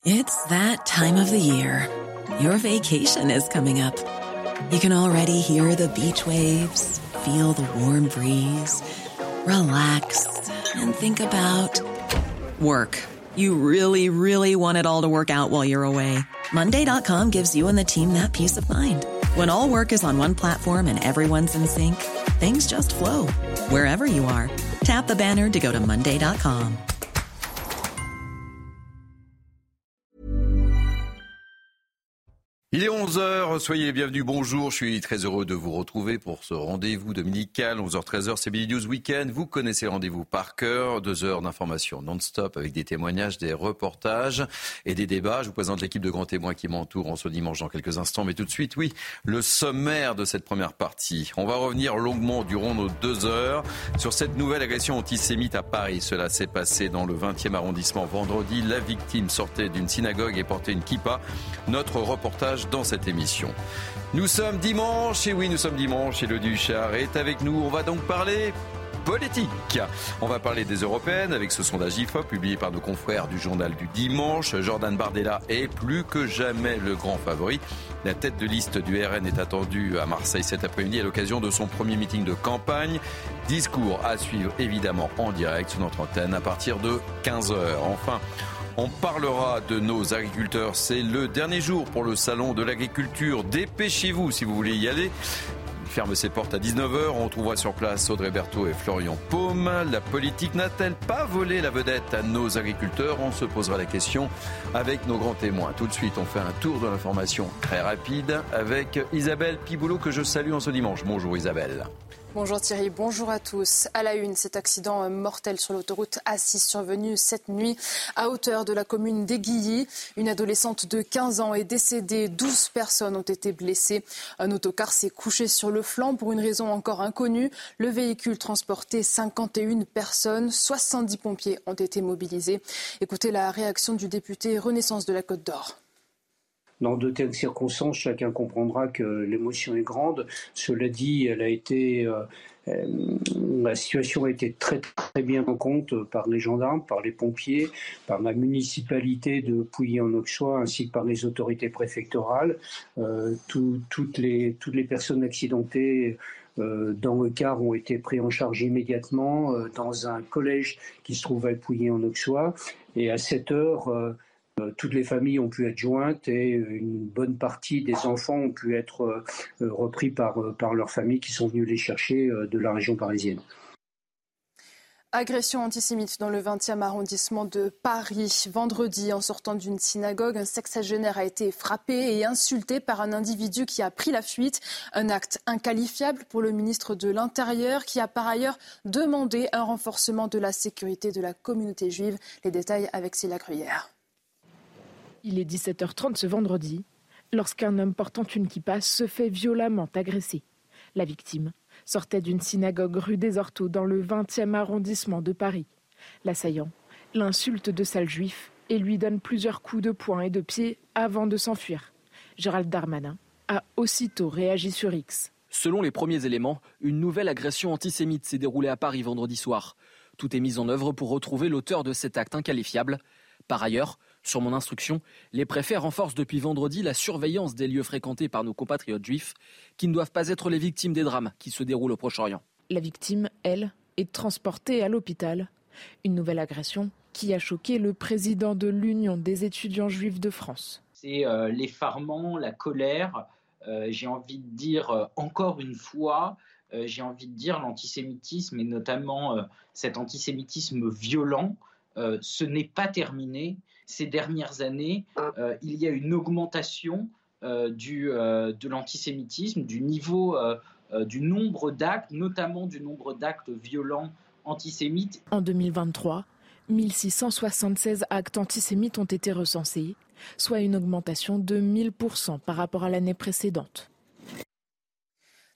It's that time of the year. Your vacation is coming up. You can already hear the beach waves, feel the warm breeze, relax, and think about work. You really, really want it all to work out while you're away. Monday.com gives you and the team that peace of mind. When all work is on one platform and everyone's in sync, things just flow. Wherever you are, tap the banner to go to Monday.com. Il est 11h, soyez les bienvenus, bonjour, je suis très heureux de vous retrouver pour ce rendez-vous dominical, 11h-13h, c'est Billy News Weekend, vous connaissez le rendez-vous par cœur, 2 heures d'informations non-stop avec des témoignages, des reportages et des débats. Je vous présente l'équipe de grands témoins qui m'entoure en ce dimanche dans quelques instants, mais tout de suite, oui, le sommaire de cette première partie. On va revenir longuement durant nos 2 heures sur cette nouvelle agression antisémite à Paris. Cela s'est passé dans le 20e arrondissement vendredi. La victime sortait d'une synagogue et portait une kippa. Notre reportage dans cette émission. Nous sommes dimanche, et oui, nous sommes dimanche, et le Duchard est avec nous. On va donc parler politique. On va parler des européennes avec ce sondage IFOP publié par nos confrères du journal du dimanche. Jordan Bardella est plus que jamais le grand favori. La tête de liste du RN est attendue à Marseille cet après-midi à l'occasion de son premier meeting de campagne. Discours à suivre évidemment en direct sur notre antenne à partir de 15h. Enfin, on parlera de nos agriculteurs. C'est le dernier jour pour le salon de l'agriculture. Dépêchez-vous si vous voulez y aller. Il ferme ses portes à 19h. On trouvera sur place Audrey Berthaud et Florian Paume. La politique n'a-t-elle pas volé la vedette à nos agriculteurs ? On se posera la question avec nos grands témoins. Tout de suite, on fait un tour de l'information très rapide avec Isabelle Piboulot que je salue en ce dimanche. Bonjour Isabelle. Bonjour Thierry, bonjour à tous. À la une, cet accident mortel sur l'autoroute A6 survenu cette nuit à hauteur de la commune d'Aiguilly. Une adolescente de 15 ans est décédée, 12 personnes ont été blessées. Un autocar s'est couché sur le flanc pour une raison encore inconnue. Le véhicule transportait 51 personnes, 70 pompiers ont été mobilisés. Écoutez la réaction du député Renaissance de la Côte d'Or. Dans de telles circonstances, chacun comprendra que l'émotion est grande. Cela dit, la situation a été très très bien en compte par les gendarmes, par les pompiers, par la municipalité de Pouilly-en-Auxois ainsi que par les autorités préfectorales. Toutes les personnes accidentées dans le car ont été prises en charge immédiatement dans un collège qui se trouve à Pouilly-en-Auxois. Et à cette heure, toutes les familles ont pu être jointes et une bonne partie des enfants ont pu être repris par leurs familles qui sont venues les chercher de la région parisienne. Agression antisémite dans le 20e arrondissement de Paris. Vendredi, en sortant d'une synagogue, un sexagénaire a été frappé et insulté par un individu qui a pris la fuite. Un acte inqualifiable pour le ministre de l'Intérieur qui a par ailleurs demandé un renforcement de la sécurité de la communauté juive. Les détails avec Célia Gruyère. Il est 17h30 ce vendredi, lorsqu'un homme portant une kippa se fait violemment agresser. La victime sortait d'une synagogue rue des Orteaux dans le 20e arrondissement de Paris. L'assaillant l'insulte de sale juif et lui donne plusieurs coups de poing et de pied avant de s'enfuir. Gérald Darmanin a aussitôt réagi sur X. Selon les premiers éléments, une nouvelle agression antisémite s'est déroulée à Paris vendredi soir. Tout est mis en œuvre pour retrouver l'auteur de cet acte inqualifiable. Par ailleurs, sur mon instruction, les préfets renforcent depuis vendredi la surveillance des lieux fréquentés par nos compatriotes juifs qui ne doivent pas être les victimes des drames qui se déroulent au Proche-Orient. La victime, elle, est transportée à l'hôpital. Une nouvelle agression qui a choqué le président de l'Union des étudiants juifs de France. C'est l'effarement, la colère, j'ai envie de dire encore une fois, j'ai envie de dire l'antisémitisme et notamment cet antisémitisme violent, ce n'est pas terminé. Ces dernières années, il y a une augmentation de l'antisémitisme, du niveau, du nombre d'actes, notamment du nombre d'actes violents antisémites. En 2023, 1676 actes antisémites ont été recensés, soit une augmentation de 1000% par rapport à l'année précédente.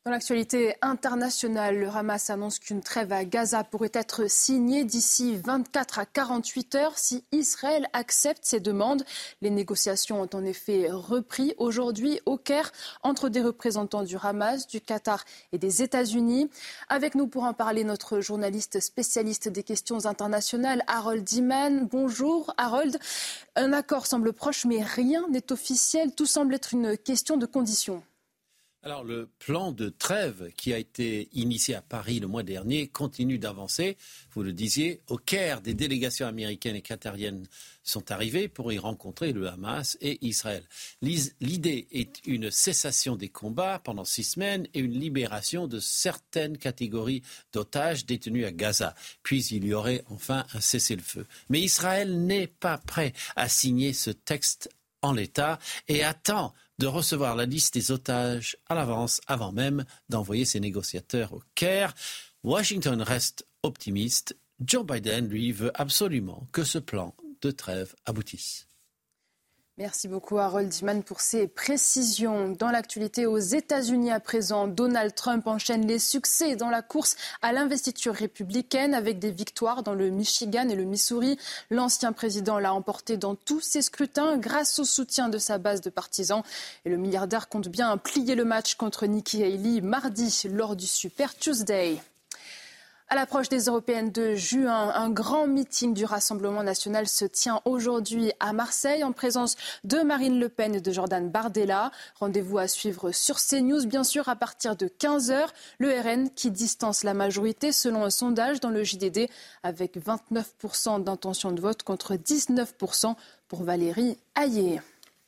Dans l'actualité internationale, le Hamas annonce qu'une trêve à Gaza pourrait être signée d'ici 24 à 48 heures si Israël accepte ses demandes. Les négociations ont en effet repris aujourd'hui au Caire entre des représentants du Hamas, du Qatar et des États-Unis. Avec nous pour en parler, notre journaliste spécialiste des questions internationales, Harold Iman. Bonjour Harold. Un accord semble proche mais rien n'est officiel. Tout semble être une question de conditions. Alors, le plan de trêve qui a été initié à Paris le mois dernier continue d'avancer. Vous le disiez, au Caire, des délégations américaines et qatariennes sont arrivées pour y rencontrer le Hamas et Israël. L'idée est une cessation des combats pendant 6 semaines et une libération de certaines catégories d'otages détenus à Gaza. Puis il y aurait enfin un cessez-le-feu. Mais Israël n'est pas prêt à signer ce texte en l'état et attend de recevoir la liste des otages à l'avance avant même d'envoyer ses négociateurs au Caire. Washington reste optimiste. Joe Biden, lui, veut absolument que ce plan de trêve aboutisse. Merci beaucoup Harold Iman pour ces précisions. Dans l'actualité aux États-Unis à présent, Donald Trump enchaîne les succès dans la course à l'investiture républicaine avec des victoires dans le Michigan et le Missouri. L'ancien président l'a emporté dans tous ses scrutins grâce au soutien de sa base de partisans. Et le milliardaire compte bien plier le match contre Nikki Haley mardi lors du Super Tuesday. À l'approche des européennes de juin, un grand meeting du Rassemblement national se tient aujourd'hui à Marseille en présence de Marine Le Pen et de Jordan Bardella. Rendez-vous à suivre sur CNews, bien sûr, à partir de 15h. Le RN qui distance la majorité selon un sondage dans le JDD avec 29% d'intention de vote contre 19% pour Valérie Hayé.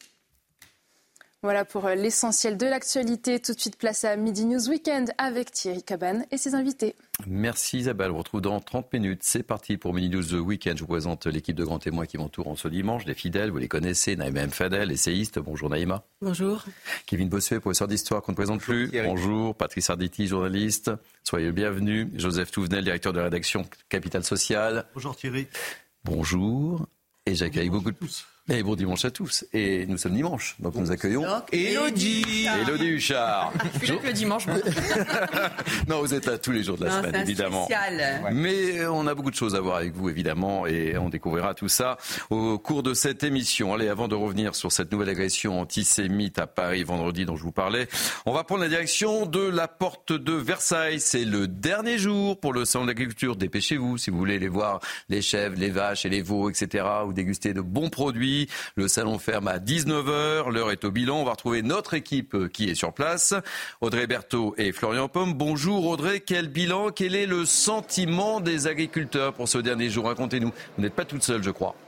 Voilà pour l'essentiel de l'actualité. Tout de suite, place à Midi News Weekend avec Thierry Cabane et ses invités. Merci Isabelle, on vous retrouve dans 30 minutes. C'est parti pour Midi News Weekend. Je vous présente l'équipe de grands témoins qui m'entourent en ce dimanche. Des fidèles, vous les connaissez. Naïma M. Fadel, essayiste. Bonjour Naïma. Bonjour. Kevin Bossuet, professeur d'histoire qu'on ne présente plus. Thierry. Bonjour. Patrice Arditi, journaliste. Soyez le bienvenu. Joseph Touvenel, directeur de la rédaction Capital Social. Bonjour Thierry. Bonjour. Et j'accueille beaucoup de... tous. Et bon dimanche à tous. Et nous sommes dimanche, donc nous accueillons Élodie Huchard. Je suis là que le dimanche. Non, vous êtes là tous les jours de la semaine, évidemment. Spécial. Mais on a beaucoup de choses à voir avec vous, évidemment, et on découvrira tout ça au cours de cette émission. Allez, avant de revenir sur cette nouvelle agression antisémite à Paris vendredi dont je vous parlais, on va prendre la direction de la porte de Versailles. C'est le dernier jour pour le salon de l'agriculture. Dépêchez-vous si vous voulez les voir, les chèvres, les vaches et les veaux, etc., ou déguster de bons produits. Le salon ferme à 19h, l'heure est au bilan. On va retrouver notre équipe qui est sur place. Audrey Berthaud et Florian Paume. Bonjour Audrey, quel bilan, quel est le sentiment des agriculteurs pour ce dernier jour? Racontez-nous. Vous n'êtes pas toute seule, je crois.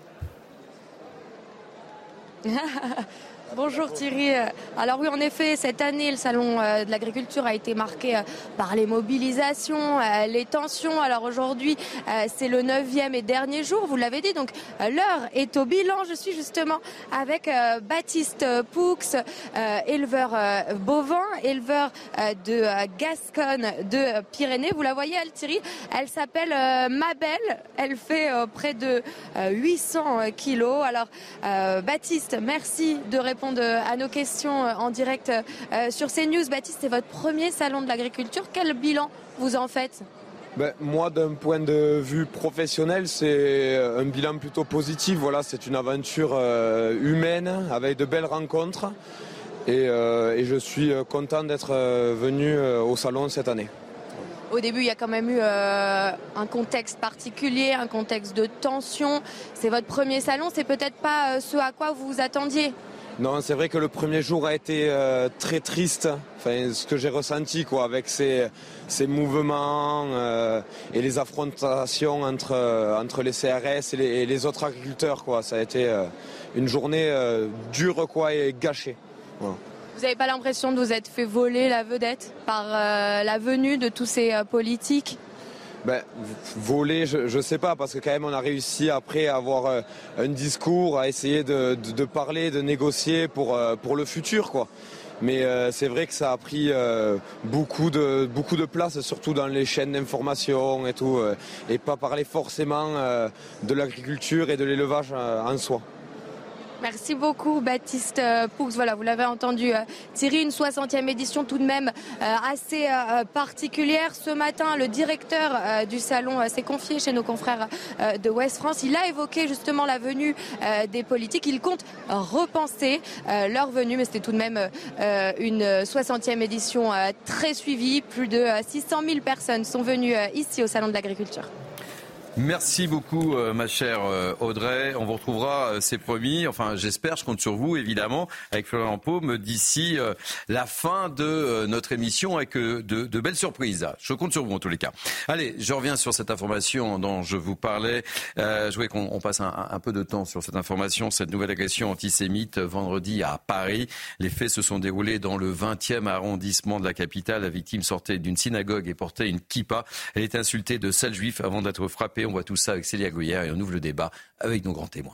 Bonjour Thierry. Alors oui, en effet, cette année, le salon de l'agriculture a été marqué par les mobilisations, les tensions. Alors aujourd'hui, c'est le 9e et dernier jour, vous l'avez dit, donc l'heure est au bilan. Je suis justement avec Baptiste Poux, éleveur bovin, éleveur de Gasconne de Pyrénées. Vous la voyez, elle, Thierry, elle s'appelle Mabel, elle fait près de 800 kilos. Alors Baptiste, merci de répondre à nos questions en direct sur CNews. Baptiste, c'est votre premier salon de l'agriculture. Quel bilan vous en faites ? Moi, d'un point de vue professionnel, c'est un bilan plutôt positif. Voilà, c'est une aventure humaine avec de belles rencontres. Et je suis content d'être venu au salon cette année. Au début, il y a quand même eu un contexte particulier, un contexte de tension. C'est votre premier salon, c'est peut-être pas ce à quoi vous vous attendiez. Non, c'est vrai que le premier jour a été très triste. Enfin, ce que j'ai ressenti, quoi, avec ces mouvements et les affrontations entre les CRS et les autres agriculteurs, quoi. Ça a été une journée dure, quoi, et gâchée. Voilà. Vous n'avez pas l'impression de vous être fait voler la vedette par la venue de tous ces politiques ? Voler, je sais pas, parce que quand même on a réussi après à avoir un discours, à essayer de parler, de négocier pour le futur, quoi. Mais c'est vrai que ça a pris beaucoup de place, surtout dans les chaînes d'information et tout, et pas parler forcément de l'agriculture et de l'élevage en soi. Merci beaucoup Baptiste Poux. Voilà, vous l'avez entendu Thierry, une 60e édition tout de même assez particulière. Ce matin, le directeur du salon s'est confié chez nos confrères de Ouest France. Il a évoqué justement la venue des politiques. Il compte repenser leur venue, mais c'était tout de même une 60e édition très suivie. Plus de 600 000 personnes sont venues ici au Salon de l'Agriculture. Merci beaucoup, ma chère Audrey. On vous retrouvera, c'est promis. Enfin, j'espère, je compte sur vous, évidemment, avec Florian Paume, d'ici la fin de notre émission avec de belles surprises. Je compte sur vous, en tous les cas. Allez, je reviens sur cette information dont je vous parlais. Je voulais qu'on passe un peu de temps sur cette information, cette nouvelle agression antisémite vendredi à Paris. Les faits se sont déroulés dans le 20e arrondissement de la capitale. La victime sortait d'une synagogue et portait une kippa. Elle est insultée de sale juif avant d'être frappée. On voit tout ça avec Célia Goyer et on ouvre le débat avec nos grands témoins.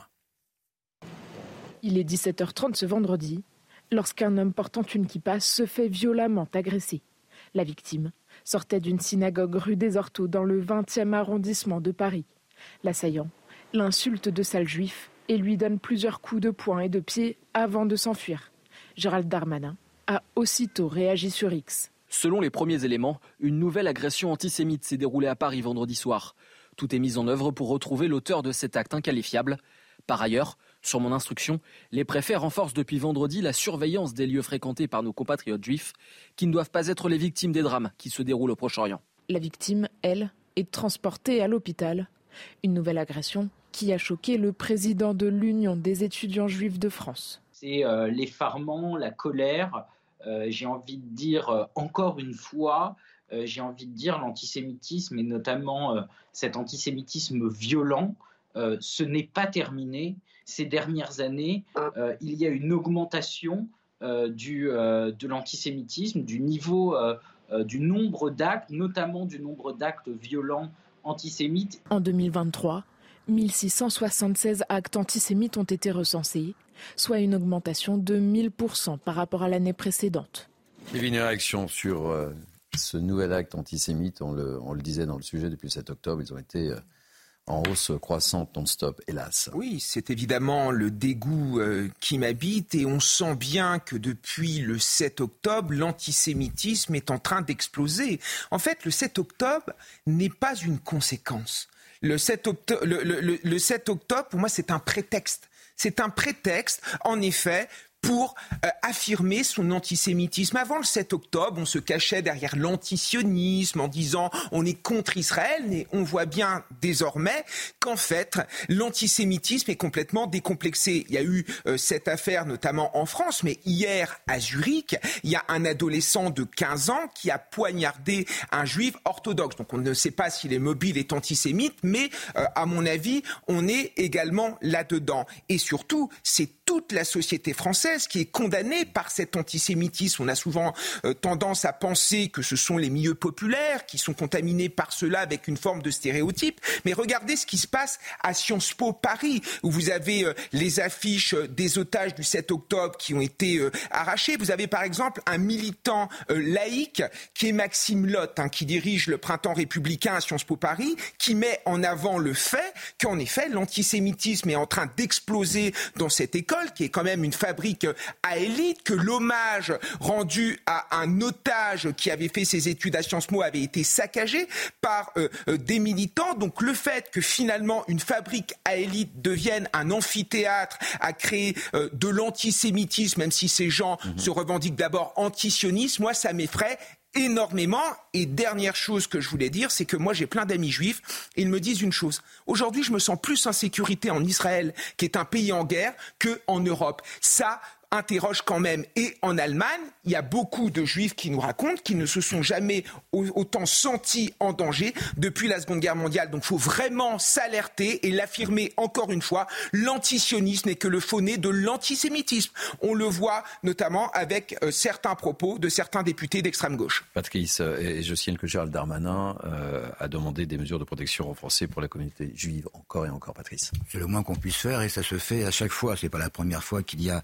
Il est 17h30 ce vendredi, lorsqu'un homme portant une kippa se fait violemment agresser. La victime sortait d'une synagogue rue des Orteaux dans le 20e arrondissement de Paris. L'assaillant l'insulte de sale juif et lui donne plusieurs coups de poing et de pied avant de s'enfuir. Gérald Darmanin a aussitôt réagi sur X. Selon les premiers éléments, une nouvelle agression antisémite s'est déroulée à Paris vendredi soir. Tout est mis en œuvre pour retrouver l'auteur de cet acte inqualifiable. Par ailleurs, sur mon instruction, les préfets renforcent depuis vendredi la surveillance des lieux fréquentés par nos compatriotes juifs qui ne doivent pas être les victimes des drames qui se déroulent au Proche-Orient. La victime, elle, est transportée à l'hôpital. Une nouvelle agression qui a choqué le président de l'Union des étudiants juifs de France. C'est l'effarement, la colère, j'ai envie de dire encore une fois, j'ai envie de dire l'antisémitisme et notamment cet antisémitisme violent, ce n'est pas terminé. Ces dernières années, il y a une augmentation de l'antisémitisme, du niveau, du nombre d'actes, notamment du nombre d'actes violents antisémites. En 2023, 1676 actes antisémites ont été recensés, soit une augmentation de 1000% par rapport à l'année précédente. Il y a une réaction sur ce nouvel acte antisémite, on le disait dans le sujet depuis le 7 octobre, ils ont été en hausse croissante non-stop, hélas. Oui, c'est évidemment le dégoût qui m'habite et on sent bien que depuis le 7 octobre, l'antisémitisme est en train d'exploser. En fait, le 7 octobre n'est pas une conséquence. Le 7 octobre, pour moi, c'est un prétexte. C'est un prétexte, en effet, pour affirmer son antisémitisme. Avant le 7 octobre, on se cachait derrière l'antisionisme en disant on est contre Israël, mais on voit bien désormais qu'en fait, l'antisémitisme est complètement décomplexé. Il y a eu cette affaire notamment en France, mais hier à Zurich, il y a un adolescent de 15 ans qui a poignardé un juif orthodoxe. Donc on ne sait pas si les mobiles est antisémite, mais à mon avis, on est également là-dedans. Et surtout, c'est toute la société française qui est condamnée par cet antisémitisme. On a souvent tendance à penser que ce sont les milieux populaires qui sont contaminés par cela avec une forme de stéréotype. Mais regardez ce qui se passe à Sciences Po Paris, où vous avez les affiches des otages du 7 octobre qui ont été arrachées. Vous avez par exemple un militant laïque qui est Maxime Lotte, qui dirige le Printemps républicain à Sciences Po Paris, qui met en avant le fait qu'en effet l'antisémitisme est en train d'exploser dans cette école, qui est quand même une fabrique à élite, que l'hommage rendu à un otage qui avait fait ses études à Sciences Po avait été saccagé par des militants. Donc le fait que finalement une fabrique à élite devienne un amphithéâtre à créer de l'antisémitisme, même si ces gens se revendiquent d'abord antisionistes, moi ça m'effraie énormément. Et dernière chose que je voulais dire, c'est que moi j'ai plein d'amis juifs et ils me disent une chose. Aujourd'hui, je me sens plus en sécurité en Israël, qui est un pays en guerre, qu'en Europe. Ça interroge quand même. Et en Allemagne, il y a beaucoup de juifs qui nous racontent qu'ils ne se sont jamais autant sentis en danger depuis la Seconde Guerre mondiale. Donc il faut vraiment s'alerter et l'affirmer encore une fois. L'antisionisme n'est que le faux nez de l'antisémitisme. On le voit notamment avec certains propos de certains députés d'extrême gauche. Patrice, et je signale que Gérald Darmanin a demandé des mesures de protection renforcées pour la communauté juive encore et encore, Patrice. C'est le moins qu'on puisse faire et ça se fait à chaque fois. C'est pas la première fois qu'il y a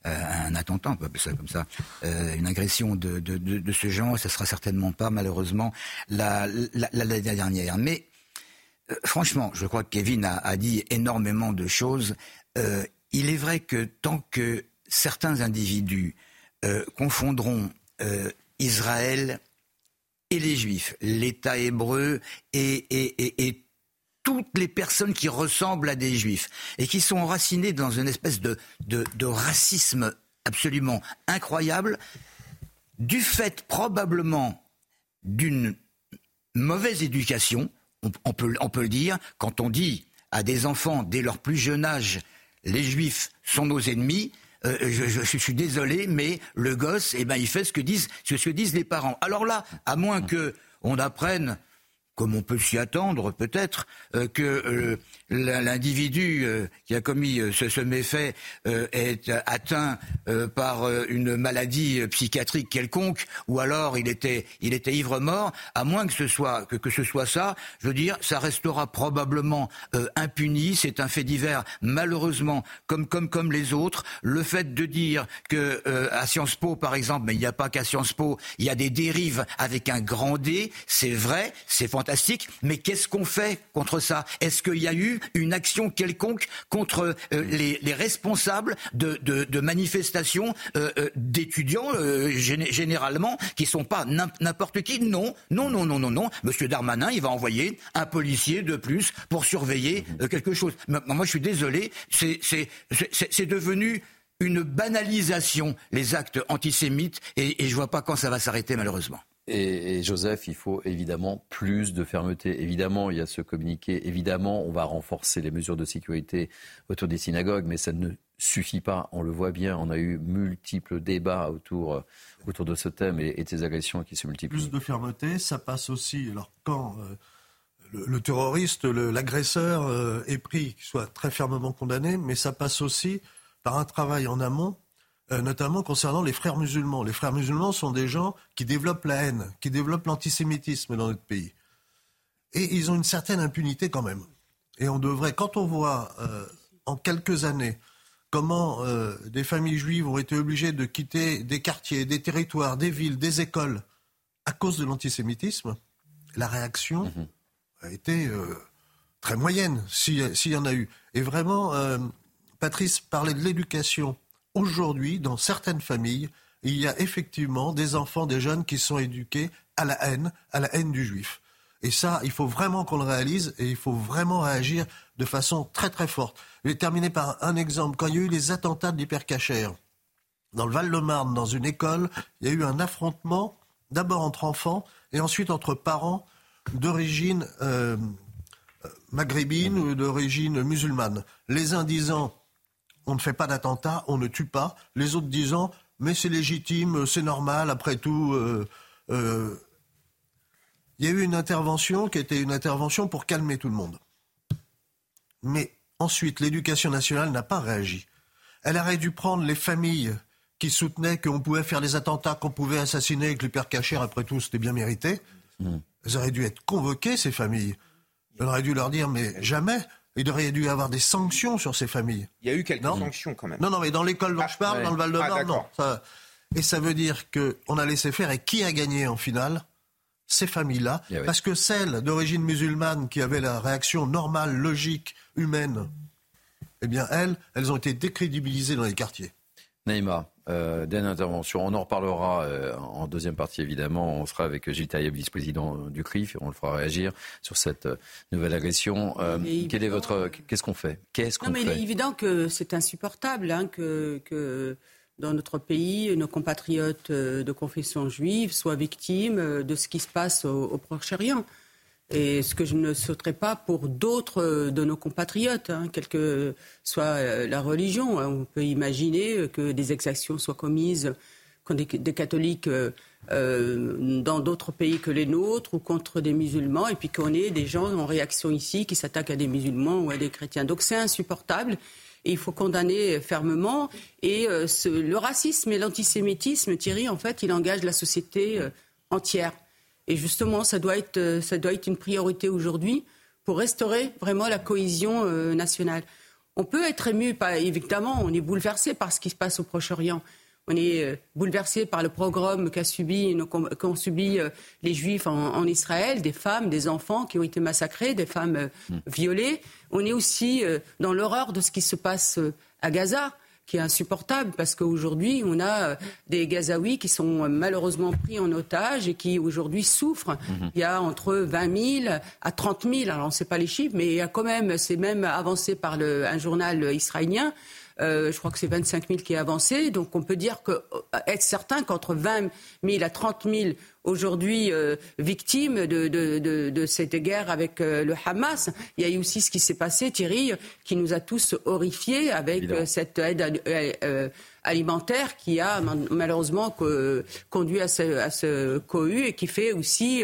un attentat, on peut appeler ça comme ça, une agression de ce genre, ça sera certainement pas malheureusement la dernière. Mais franchement, je crois que Kevin a dit énormément de choses. il est vrai que tant que certains individus confondront Israël et les Juifs, l'État hébreu et toutes les personnes qui ressemblent à des Juifs et qui sont enracinées dans une espèce de racisme absolument incroyable, du fait probablement d'une mauvaise éducation, on peut le dire, quand on dit à des enfants dès leur plus jeune âge, les Juifs sont nos ennemis. Je suis désolé, mais le gosse, il fait ce que disent les parents. Alors là, à moins que on apprenne, comme on peut s'y attendre peut-être, que l'individu qui a commis ce méfait est atteint par une maladie psychiatrique quelconque, ou alors il était ivre-mort, à moins que ce soit ça, je veux dire, ça restera probablement impuni. C'est un fait divers, malheureusement, comme les autres. Le fait de dire que à Sciences Po, par exemple, mais il n'y a pas qu'à Sciences Po, il y a des dérives avec un grand D, c'est vrai, c'est fantastique, mais qu'est-ce qu'on fait contre ça ? Est-ce qu'il y a eu une action quelconque contre les responsables de manifestations d'étudiants, généralement, qui ne sont pas n'importe qui ? Non. Monsieur Darmanin, il va envoyer un policier de plus pour surveiller quelque chose. Moi, je suis désolé, c'est devenu une banalisation, les actes antisémites, et je ne vois pas quand ça va s'arrêter, malheureusement. Et Joseph, il faut évidemment plus de fermeté. Évidemment, il y a ce communiqué. Évidemment, on va renforcer les mesures de sécurité autour des synagogues, mais ça ne suffit pas. On le voit bien. On a eu multiples débats autour de ce thème et de ces agressions qui se multiplient. Plus de fermeté, ça passe aussi. Alors quand le terroriste, l'agresseur est pris, qu'il soit très fermement condamné, mais ça passe aussi par un travail en amont, notamment concernant les frères musulmans. Les frères musulmans sont des gens qui développent la haine, qui développent l'antisémitisme dans notre pays. Et ils ont une certaine impunité quand même. Et on devrait, quand on voit en quelques années comment des familles juives ont été obligées de quitter des quartiers, des territoires, des villes, des écoles, à cause de l'antisémitisme, la réaction a été très moyenne, s'il y en a eu. Et vraiment, Patrice parlait de l'éducation. Aujourd'hui, dans certaines familles, il y a effectivement des enfants, des jeunes qui sont éduqués à la haine du juif. Et ça, il faut vraiment qu'on le réalise et il faut vraiment réagir de façon très très forte. Je vais terminer par un exemple. Quand il y a eu les attentats de l'Hypercacher, dans le Val-de-Marne, dans une école, il y a eu un affrontement, d'abord entre enfants et ensuite entre parents d'origine maghrébine ou d'origine musulmane. Les uns disant on ne fait pas d'attentat, on ne tue pas. Les autres disant mais c'est légitime, c'est normal, après tout. Il y a eu une intervention qui était une intervention pour calmer tout le monde. Mais ensuite, l'éducation nationale n'a pas réagi. Elle aurait dû prendre les familles qui soutenaient qu'on pouvait faire des attentats, qu'on pouvait assassiner avec l'Hypercacher, après tout, c'était bien mérité. Elles auraient dû être convoquées, ces familles. Elle aurait dû leur dire mais jamais. Il aurait dû y avoir des sanctions sur ces familles. Il y a eu quelques sanctions quand même. Non, mais dans l'école dont je parle, dans le Val-de-Marne, non. Et ça veut dire qu'on a laissé faire. Et qui a gagné en finale ? Ces familles-là. Parce que celles d'origine musulmane qui avaient la réaction normale, logique, humaine, eh bien, elles ont été décrédibilisées dans les quartiers. Naïma, dernière intervention. On en reparlera en deuxième partie, évidemment. On sera avec Gilles Taïeb, vice-président du CRIF, et on le fera réagir sur cette nouvelle agression. Qu'est-ce qu'on fait ? Il est évident que c'est insupportable que dans notre pays, nos compatriotes de confession juive soient victimes de ce qui se passe au Proche-Orient. Et ce que je ne souhaiterais pas pour d'autres de nos compatriotes, quelle que soit la religion. On peut imaginer que des exactions soient commises contre des catholiques dans d'autres pays que les nôtres ou contre des musulmans, et puis qu'on ait des gens en réaction ici qui s'attaquent à des musulmans ou à des chrétiens. Donc c'est insupportable. Et il faut condamner fermement. Et le racisme et l'antisémitisme, Thierry, en fait, il engage la société entière. Et justement, ça doit être une priorité aujourd'hui pour restaurer vraiment la cohésion nationale. On peut être ému, évidemment, on est bouleversé par ce qui se passe au Proche-Orient. On est bouleversé par le pogrom qu'ont subi les Juifs en Israël, des femmes, des enfants qui ont été massacrés, des femmes violées. On est aussi dans l'horreur de ce qui se passe à Gaza, qui est insupportable parce qu'aujourd'hui, on a des Gazaouis qui sont malheureusement pris en otage et qui aujourd'hui souffrent. Il y a entre 20 000 à 30 000, alors on ne sait pas les chiffres, mais il y a quand même, c'est même avancé par un journal israélien. Je crois que c'est 25 000 qui est avancé. Donc on peut dire être certain qu'entre 20 000 à 30 000 aujourd'hui victimes de cette guerre avec le Hamas. Il y a eu aussi ce qui s'est passé, Thierry, qui nous a tous horrifiés avec cette aide alimentaire qui a malheureusement conduit à ce cohue et qui fait aussi,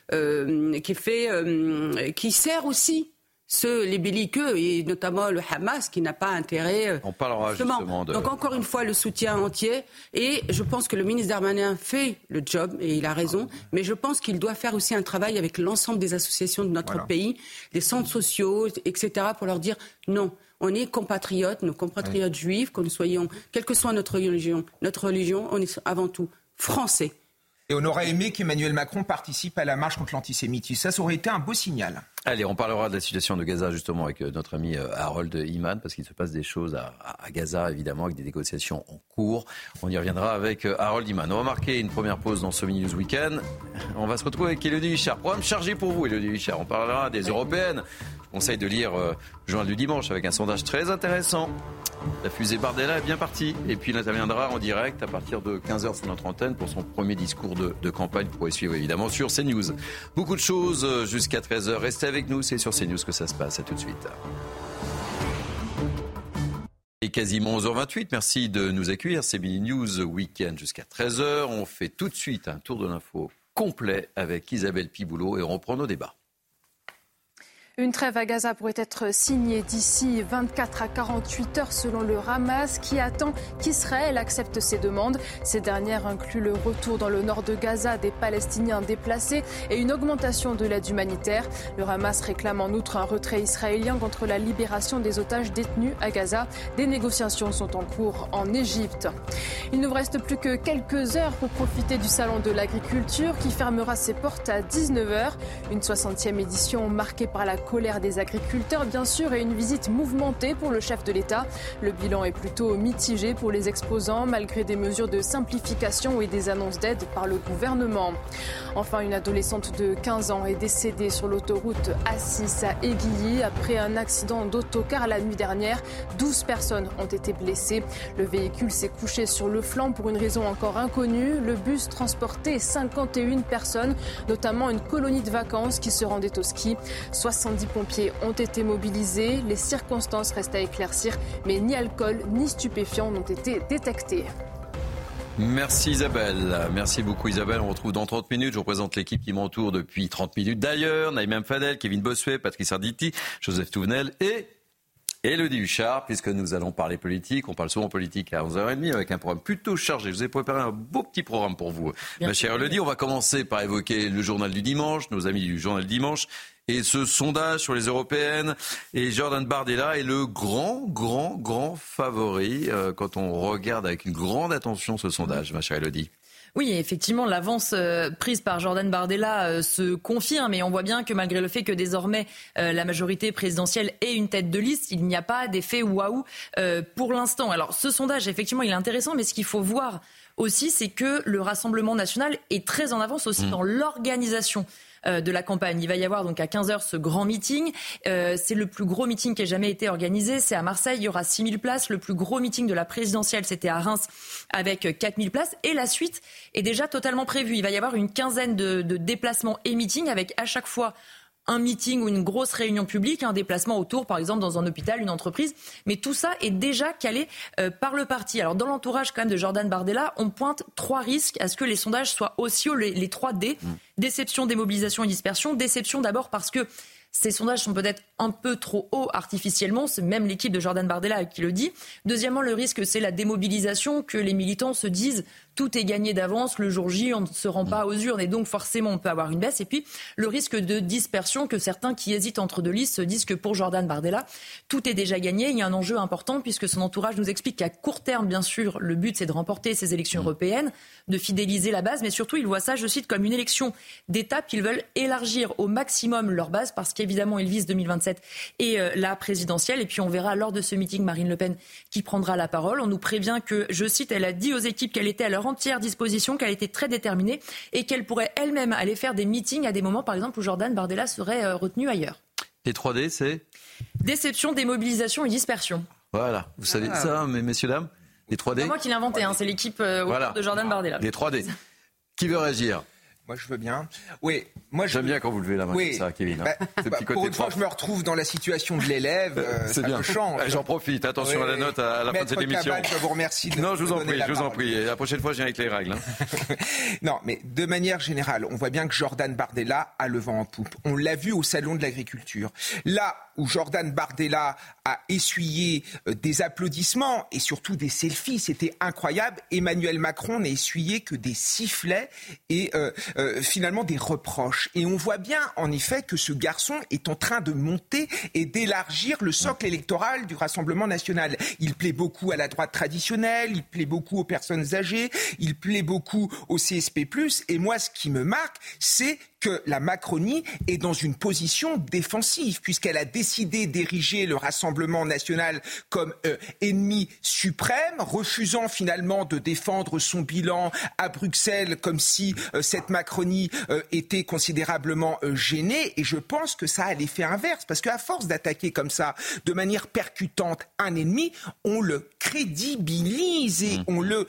qui sert aussi les belliqueux et notamment le Hamas qui n'a pas intérêt. On parlera justement de... Donc encore une fois le soutien entier et je pense que le ministre Darmanin fait le job et il a raison, mais je pense qu'il doit faire aussi un travail avec l'ensemble des associations de notre pays, des centres sociaux, etc. pour leur dire non. On est compatriotes, nos compatriotes juifs, que nous soyons, quelle que soit notre religion, on est avant tout français. Et on aurait aimé qu'Emmanuel Macron participe à la marche contre l'antisémitisme. Ça aurait été un beau signal. Allez, on parlera de la situation de Gaza justement avec notre ami Harold Iman, parce qu'il se passe des choses à Gaza, évidemment, avec des négociations en cours. On y reviendra avec Harold Iman. On va marquer une première pause dans ce Mini News Weekend. On va se retrouver avec Élodie Huchard. Programme chargé pour vous, Élodie Huchard. On parlera des européennes. Je conseille de lire le journal du dimanche avec un sondage très intéressant. La fusée Bardella est bien partie. Et puis il interviendra en direct à partir de 15h sur notre antenne pour son premier discours de campagne. Vous pourrez suivre évidemment sur CNews. Beaucoup de choses jusqu'à 13h. Restez avec nous, c'est sur CNews que ça se passe. À tout de suite. Et quasiment 11h28. Merci de nous accueillir. C'est Mini News Weekend jusqu'à 13h. On fait tout de suite un tour de l'info complet avec Isabelle Piboulot et on reprend nos débats. Une trêve à Gaza pourrait être signée d'ici 24 à 48 heures selon le Hamas qui attend qu'Israël accepte ses demandes. Ces dernières incluent le retour dans le nord de Gaza des Palestiniens déplacés et une augmentation de l'aide humanitaire. Le Hamas réclame en outre un retrait israélien contre la libération des otages détenus à Gaza. Des négociations sont en cours en Égypte. Il ne vous reste plus que quelques heures pour profiter du salon de l'agriculture qui fermera ses portes à 19h. Une 60e édition marquée par la colère des agriculteurs, bien sûr, et une visite mouvementée pour le chef de l'État. Le bilan est plutôt mitigé pour les exposants, malgré des mesures de simplification et des annonces d'aide par le gouvernement. Enfin, une adolescente de 15 ans est décédée sur l'autoroute A6 à Aiguilly après un accident d'autocar la nuit dernière. 12 personnes ont été blessées. Le véhicule s'est couché sur le flanc pour une raison encore inconnue. Le bus transportait 51 personnes, notamment une colonie de vacances qui se rendait au ski. 70 pompiers ont été mobilisés. Les circonstances restent à éclaircir, mais ni alcool ni stupéfiants n'ont été détectés. Merci Isabelle. Merci beaucoup Isabelle. On retrouve dans 30 minutes. Je représente l'équipe qui m'entoure depuis 30 minutes d'ailleurs. Naïm Fadel, Kevin Bossuet, Patrice Arditi, Joseph Touvenel et Élodie Huchard, puisque nous allons parler politique. On parle souvent politique à 11h30 avec un programme plutôt chargé. Je vous ai préparé un beau petit programme pour vous. Ma chère Élodie, on va commencer par évoquer le journal du dimanche, nos amis du journal du dimanche. Et ce sondage sur les européennes, et Jordan Bardella est le grand favori quand on regarde avec une grande attention ce sondage, ma chère Élodie. Oui, effectivement, l'avance prise par Jordan Bardella se confirme et on voit bien que malgré le fait que désormais la majorité présidentielle ait une tête de liste, il n'y a pas d'effet waouh pour l'instant. Alors ce sondage, effectivement, il est intéressant, mais ce qu'il faut voir aussi, c'est que le Rassemblement national est très en avance aussi dans l'organisation de la campagne. Il va y avoir donc à 15h ce grand meeting. C'est le plus gros meeting qui ait jamais été organisé. C'est à Marseille, il y aura 6000 places. Le plus gros meeting de la présidentielle, c'était à Reims avec 4000 places. Et la suite est déjà totalement prévue. Il va y avoir une quinzaine de déplacements et meetings avec à chaque fois un meeting ou une grosse réunion publique, un déplacement autour, par exemple, dans un hôpital, une entreprise. Mais tout ça est déjà calé par le parti. Alors, dans l'entourage quand même de Jordan Bardella, on pointe 3 risques à ce que les sondages soient aussi les 3 D. Déception, démobilisation et dispersion. Déception d'abord parce que ces sondages sont peut-être un peu trop haut artificiellement. C'est même l'équipe de Jordan Bardella qui le dit. Deuxièmement, le risque, c'est la démobilisation, que les militants se disent tout est gagné d'avance, le jour J, on ne se rend pas aux urnes et donc forcément on peut avoir une baisse. Et puis le risque de dispersion, que certains qui hésitent entre deux listes se disent que pour Jordan Bardella, tout est déjà gagné. Il y a un enjeu important puisque son entourage nous explique qu'à court terme, bien sûr, le but c'est de remporter ces élections européennes, de fidéliser la base, mais surtout ils voient ça, je cite, comme une élection d'étape. Ils veulent élargir au maximum leur base parce qu'évidemment ils visent 2027 et la présidentielle. Et puis on verra lors de ce meeting Marine Le Pen qui prendra la parole. On nous prévient que, je cite, elle a dit aux équipes qu'elle était à leur entière disposition, qu'elle était très déterminée et qu'elle pourrait elle-même aller faire des meetings à des moments, par exemple, où Jordan Bardella serait retenu ailleurs. Les 3D, c'est déception, démobilisation et dispersion. Voilà, vous savez ça, messieurs, dames. Les 3D. C'est moi qui l'ai inventé, c'est l'équipe autour de Jordan Bardella. Les 3D. Qui veut réagir ? Moi, je veux bien. Oui, j'aime bien quand vous levez la main comme ça, Kevin. Pour une fois, je me retrouve dans la situation de l'élève. C'est bien. J'en profite. Attention à la note à la fin de cette émission. Cabal, je vous remercie. Non, je vous en prie. Et la prochaine fois, je viens avec les règles. Non, mais de manière générale, on voit bien que Jordan Bardella a le vent en poupe. On l'a vu au Salon de l'Agriculture. Là où Jordan Bardella a essuyé des applaudissements et surtout des selfies, c'était incroyable. Emmanuel Macron n'a essuyé que des sifflets et finalement des reproches. Et on voit bien, en effet, que ce garçon est en train de monter et d'élargir le socle électoral du Rassemblement national. Il plaît beaucoup à la droite traditionnelle, il plaît beaucoup aux personnes âgées, il plaît beaucoup au CSP+. Et moi, ce qui me marque, c'est que la Macronie est dans une position défensive, puisqu'elle a décidé d'ériger le Rassemblement national comme ennemi suprême, refusant finalement de défendre son bilan à Bruxelles, comme si cette Macronie était considérablement gênée. Et je pense que ça a l'effet inverse, parce qu'à force d'attaquer comme ça, de manière percutante, un ennemi, on le crédibilise et on le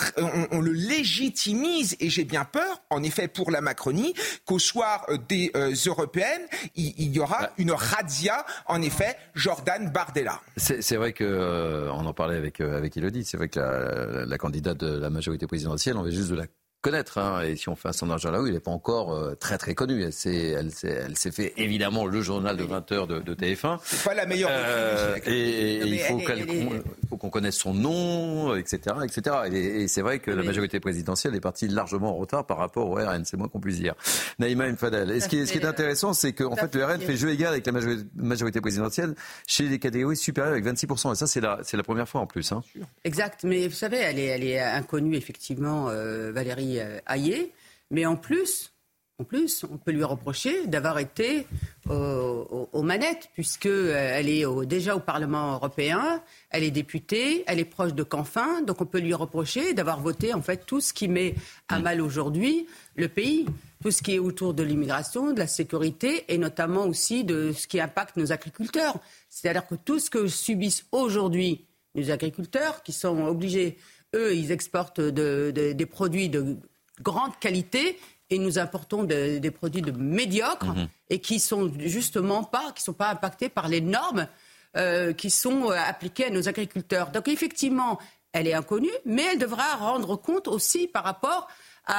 légitimise. Et j'ai bien peur, en effet, pour la Macronie, qu'au soir des européennes, il y aura une razzia, en effet, Jordan Bardella. C'est vrai que, on en parlait avec Élodie, c'est vrai que la candidate de la majorité présidentielle, on vient juste de la connaître, et si on fait un sondage là où il n'est pas encore très très connu. Elle s'est fait évidemment le journal de 20h de TF1. C'est pas la meilleure. Et il faut qu'on connaisse son nom, etc. Et c'est vrai que la majorité présidentielle est partie largement en retard par rapport au RN, c'est moins qu'on puisse dire. Naïma Mfadel. Et ce qui est intéressant, c'est qu'en fait le RN fait jeu égal avec la majorité présidentielle chez les catégories supérieures avec 26%. Et ça, c'est la première fois en plus. Exact. Mais vous savez, elle est inconnue effectivement, Valérie Hayé, mais en plus, on peut lui reprocher d'avoir été aux manettes, puisqu'elle est déjà au Parlement européen, elle est députée, elle est proche de Canfin, donc on peut lui reprocher d'avoir voté en fait tout ce qui met à mal aujourd'hui le pays, tout ce qui est autour de l'immigration, de la sécurité et notamment aussi de ce qui impacte nos agriculteurs. C'est-à-dire que tout ce que subissent aujourd'hui les agriculteurs, qui sont obligés, eux, ils exportent des produits de grande qualité et nous importons des produits de médiocres et qui sont justement pas impactés par les normes qui sont appliquées à nos agriculteurs. Donc effectivement, elle est inconnue, mais elle devra rendre compte aussi par rapport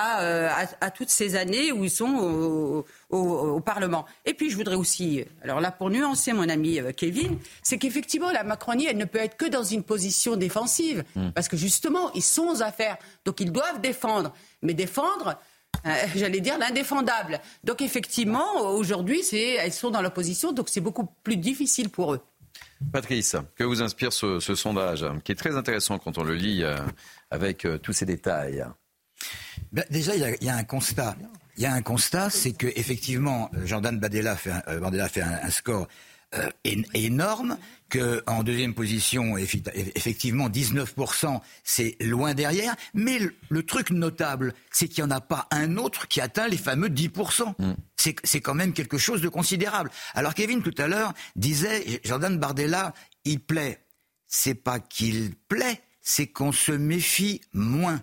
à toutes ces années où ils sont au Parlement. Et puis je voudrais aussi, alors là pour nuancer mon ami Kevin, c'est qu'effectivement la Macronie, elle ne peut être que dans une position défensive, parce que justement ils sont aux affaires, donc ils doivent défendre, mais défendre, j'allais dire l'indéfendable. Donc effectivement aujourd'hui elles sont dans l'opposition, donc c'est beaucoup plus difficile pour eux. Patrice, que vous inspire ce sondage, qui est très intéressant quand on le lit avec tous ces détails? Déjà, il y a un constat. Il y a un constat, c'est que effectivement, Jordan Bardella fait un score énorme, que en deuxième position, effectivement, 19%, c'est loin derrière. Mais le truc notable, c'est qu'il n'y en a pas un autre qui atteint les fameux 10%. C'est quand même quelque chose de considérable. Alors Kevin, tout à l'heure, disait, Jordan Bardella, il plaît. C'est pas qu'il plaît, c'est qu'on se méfie moins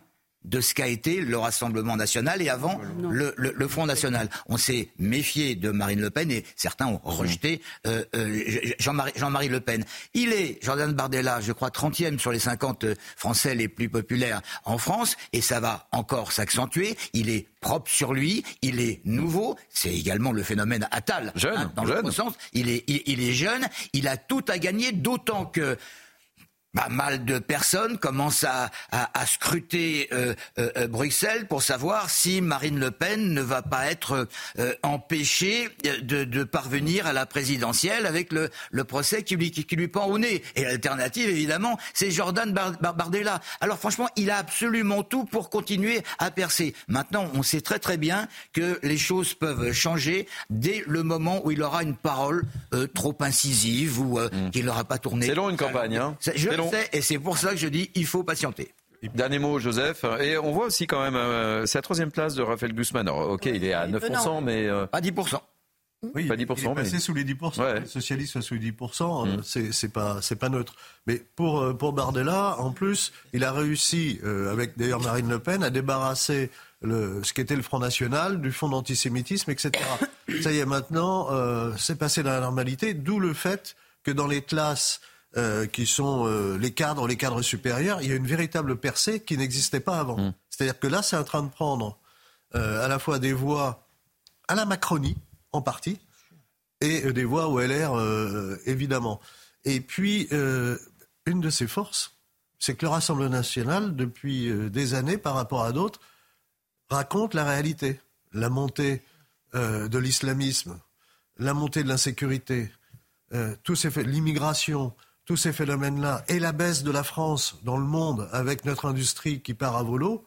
de ce qu'a été le Rassemblement national et avant le Front national. On s'est méfié de Marine Le Pen et certains ont rejeté Jean-Marie Le Pen. Il est, Jordan Bardella, je crois 30e sur les 50 Français les plus populaires en France et ça va encore s'accentuer. Il est propre sur lui, il est nouveau. C'est également le phénomène Attal. Dans l'autre sens, il est jeune, il a tout à gagner, d'autant que pas mal de personnes commencent à scruter Bruxelles pour savoir si Marine Le Pen ne va pas être empêchée de parvenir à la présidentielle avec le procès qui lui pend au nez. Et l'alternative, évidemment, c'est Jordan Bardella. Alors franchement, il a absolument tout pour continuer à percer. Maintenant, on sait très très bien que les choses peuvent changer dès le moment où il aura une parole trop incisive ou qu'il n'aura pas tourné. C'est long une campagne, hein. Et c'est pour ça que je dis il faut patienter. Dernier mot, Joseph. Et on voit aussi quand même, c'est la 3e place de Raphaël Glucksmann. Alors, ok, il est à 9%, mais... Pas 10%. Oui, pas 10%, il est passé sous les 10%. Ouais. Les socialistes sont sous les 10%, c'est pas neutre. Mais pour Bardella, en plus, il a réussi, avec d'ailleurs Marine Le Pen, à débarrasser ce qu'était le Front National du fond d'antisémitisme, etc. Ça y est, maintenant, c'est passé dans la normalité, d'où le fait que dans les classes qui sont les cadres supérieurs, il y a une véritable percée qui n'existait pas avant. C'est-à-dire que là, c'est en train de prendre à la fois des voix à la Macronie, en partie, et des voix au LR, évidemment. Et puis, une de ses forces, c'est que le Rassemblement national, depuis des années, par rapport à d'autres, raconte la réalité. La montée de l'islamisme, la montée de l'insécurité, l'immigration, tous ces phénomènes-là, et la baisse de la France dans le monde avec notre industrie qui part à volo,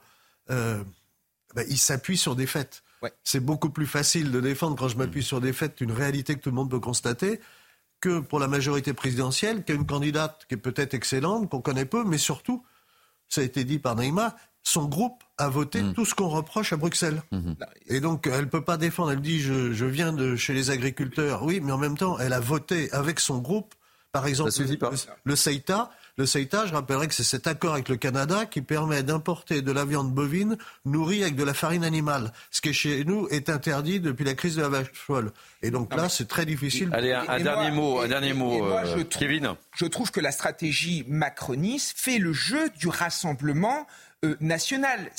il s'appuie sur des faits. Ouais. C'est beaucoup plus facile de défendre quand je m'appuie sur des faits, une réalité que tout le monde peut constater, que pour la majorité présidentielle, qui a une candidate qui est peut-être excellente, qu'on connaît peu, mais surtout, ça a été dit par Naïma, son groupe a voté tout ce qu'on reproche à Bruxelles. Et donc, elle ne peut pas défendre. Elle dit, je viens de chez les agriculteurs. Oui, mais en même temps, elle a voté avec son groupe. Par exemple, le CETA, je rappellerai que c'est cet accord avec le Canada qui permet d'importer de la viande bovine nourrie avec de la farine animale. Ce qui, chez nous, est interdit depuis la crise de la vache folle. Et donc là, c'est très difficile. Allez, un dernier mot, Kevin. Je trouve que la stratégie macroniste fait le jeu du rassemblement national.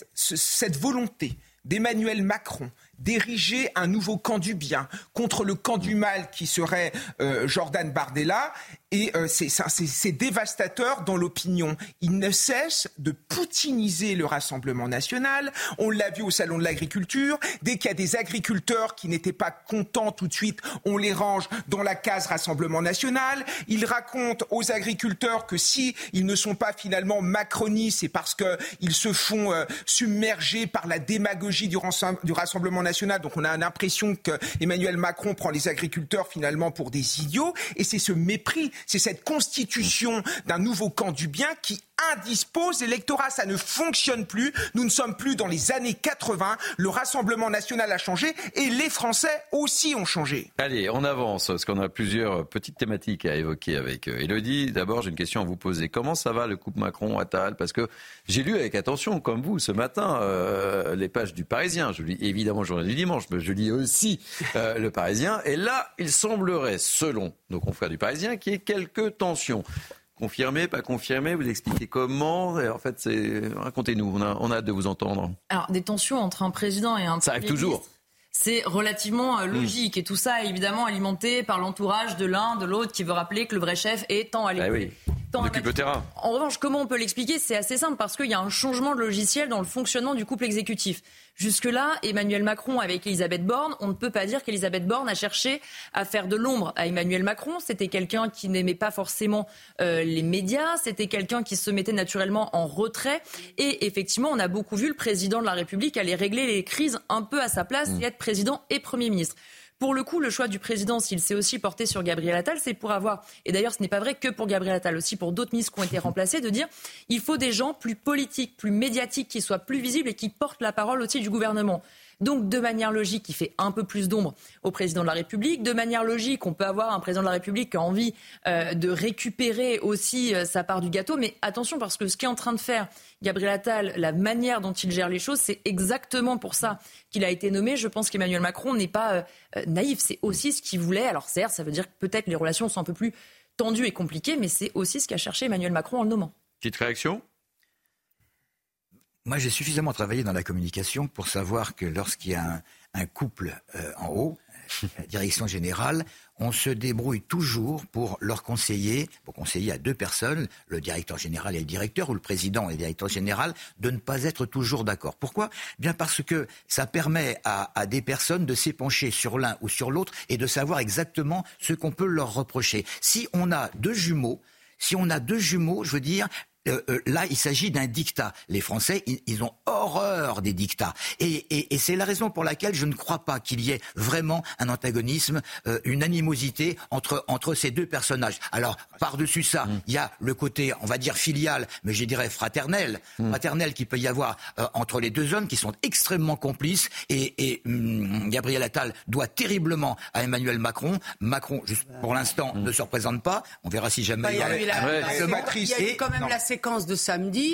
Cette volonté d'Emmanuel Macron d'ériger un nouveau camp du bien contre le camp du mal qui serait Jordan Bardella. Et c'est dévastateur dans l'opinion. Il ne cesse de poutiniser le Rassemblement national. On l'a vu au Salon de l'Agriculture. Dès qu'il y a des agriculteurs qui n'étaient pas contents tout de suite, on les range dans la case Rassemblement national. Il raconte aux agriculteurs que si ils ne sont pas finalement macronistes, c'est parce qu'ils se font submerger par la démagogie du Rassemblement national. Donc on a l'impression qu'Emmanuel Macron prend les agriculteurs finalement pour des idiots. Et c'est ce mépris. C'est cette constitution d'un nouveau camp du bien qui indispose l'électorat. Ça ne fonctionne plus. Nous ne sommes plus dans les années 80. Le Rassemblement national a changé et les Français aussi ont changé. Allez, on avance parce qu'on a plusieurs petites thématiques à évoquer avec Élodie. D'abord, j'ai une question à vous poser. Comment ça va le couple Macron-Attal ? Parce que j'ai lu avec attention, comme vous, ce matin, les pages du Parisien. Je lis évidemment le journal du dimanche, mais je lis aussi le Parisien. Et là, il semblerait, selon nos confrères du Parisien, qu'il y ait quelques tensions. Confirmé, pas confirmé, vous expliquez comment. Et en fait, racontez-nous, on a hâte de vous entendre. Alors, des tensions entre un président et un ça arrive toujours. C'est relativement logique. Et tout ça est évidemment alimenté par l'entourage de l'un, de l'autre, qui veut rappeler que le vrai chef est tant à l'écoute. Oui. On occupe le terrain. En revanche, comment on peut l'expliquer ? C'est assez simple parce qu'il y a un changement de logiciel dans le fonctionnement du couple exécutif. Jusque-là, Emmanuel Macron avec Elisabeth Borne, on ne peut pas dire qu'Elisabeth Borne a cherché à faire de l'ombre à Emmanuel Macron. C'était quelqu'un qui n'aimait pas forcément les médias, c'était quelqu'un qui se mettait naturellement en retrait. Et effectivement, on a beaucoup vu le président de la République aller régler les crises un peu à sa place et être président et Premier ministre. Pour le coup, le choix du président, s'il s'est aussi porté sur Gabriel Attal, c'est pour avoir, et d'ailleurs ce n'est pas vrai que pour Gabriel Attal, aussi pour d'autres ministres qui ont été remplacés, de dire il faut des gens plus politiques, plus médiatiques, qui soient plus visibles et qui portent la parole au-dessus du gouvernement. Donc, de manière logique, il fait un peu plus d'ombre au président de la République. De manière logique, on peut avoir un président de la République qui a envie de récupérer aussi sa part du gâteau. Mais attention, parce que ce qu'est en train de faire Gabriel Attal, la manière dont il gère les choses, c'est exactement pour ça qu'il a été nommé. Je pense qu'Emmanuel Macron n'est pas naïf. C'est aussi ce qu'il voulait. Alors certes, ça veut dire que peut-être les relations sont un peu plus tendues et compliquées, mais c'est aussi ce qu'a cherché Emmanuel Macron en le nommant. Petite réaction ? Moi, j'ai suffisamment travaillé dans la communication pour savoir que lorsqu'il y a un couple en haut, la direction générale, on se débrouille toujours pour conseiller à deux personnes, le directeur général et le directeur, ou le président et le directeur général, de ne pas être toujours d'accord. Pourquoi ? Bien parce que ça permet à des personnes de s'épancher sur l'un ou sur l'autre et de savoir exactement ce qu'on peut leur reprocher. Si on a deux jumeaux, je veux dire... là, il s'agit d'un diktat. Les Français, ils ont horreur des diktats. Et c'est la raison pour laquelle je ne crois pas qu'il y ait vraiment un antagonisme, une animosité entre ces deux personnages. Alors, par-dessus ça, il y a le côté, on va dire, filial, mais je dirais fraternel qu'il peut y avoir entre les deux hommes qui sont extrêmement complices. Et Gabriel Attal doit terriblement à Emmanuel Macron. Macron, juste pour l'instant, ne se représente pas. On verra si jamais il y a eu quand même la séquence de samedi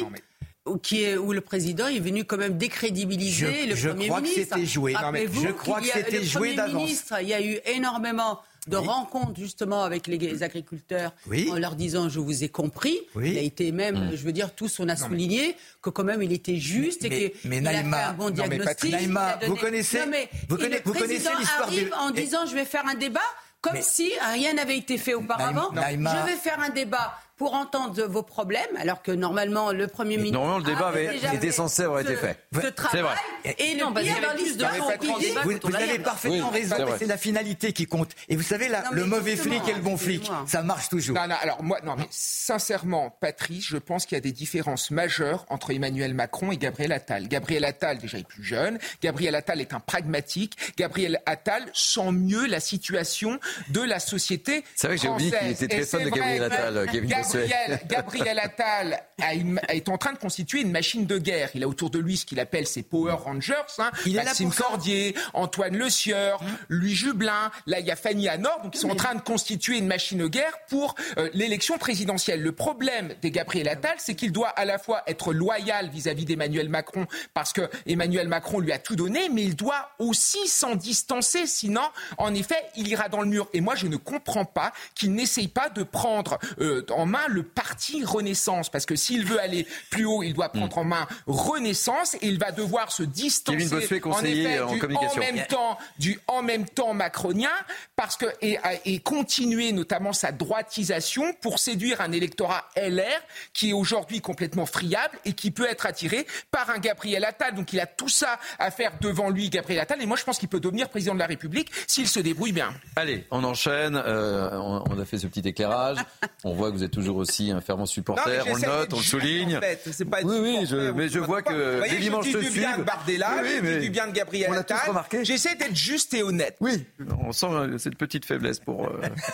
où le président est venu quand même décrédibiliser le Premier ministre. Je crois que c'était joué d'avance. Ministre, il y a eu énormément de rencontres justement avec les agriculteurs en leur disant je vous ai compris. Il a été même, je veux dire, tous on a souligné que quand même il était juste et qu'il a fait un bon diagnostic. Naïma, vous connaissez l'histoire en disant je vais faire un débat comme si rien n'avait été fait auparavant. Je vais faire un débat pour entendre vos problèmes, alors que normalement le Premier ministre... Normalement, le débat était censé avoir été fait. C'est vrai. Et le pire dans l'histoire... Vous avez parfaitement raison, c'est la finalité qui compte. Et vous savez, le mauvais flic et le bon flic, ça marche toujours. Mais sincèrement, Patrice, je pense qu'il y a des différences majeures entre Emmanuel Macron et Gabriel Attal. Gabriel Attal, déjà, est plus jeune. Gabriel Attal est un pragmatique. Gabriel Attal sent mieux la situation de la société française. C'est vrai que j'ai oublié qu'il était très fan de Gabriel Attal, Kevin. Gabriel Attal est en train de constituer une machine de guerre. Il a autour de lui ce qu'il appelle ses Power Rangers. Maxime Cordier, Antoine Le Sieur, Louis Jubelin. Là, il y a Fanny Anor. Donc, ils sont en train de constituer une machine de guerre pour l'élection présidentielle. Le problème de Gabriel Attal, c'est qu'il doit à la fois être loyal vis-à-vis d'Emmanuel Macron parce que Emmanuel Macron lui a tout donné, mais il doit aussi s'en distancer. Sinon, en effet, il ira dans le mur. Et moi, je ne comprends pas qu'il n'essaye pas de prendre en main le parti Renaissance, parce que s'il veut aller plus haut, il doit prendre en main Renaissance et il va devoir se distancer en effet du en même temps macronien, parce que et continuer notamment sa droitisation pour séduire un électorat LR qui est aujourd'hui complètement friable et qui peut être attiré par un Gabriel Attal. Donc il a tout ça à faire devant lui, Gabriel Attal, et moi je pense qu'il peut devenir président de la République s'il se débrouille bien. Allez, on enchaîne. On a fait ce petit éclairage. On voit que vous êtes toujours aussi un fervent supporter. On le note, on le souligne. En fait. C'est pas mais je vois que les dimanches se suivent. Du bien de Bardella, du bien de Gabriel Attal. J'essaie d'être juste et honnête. Oui, on sent cette petite faiblesse pour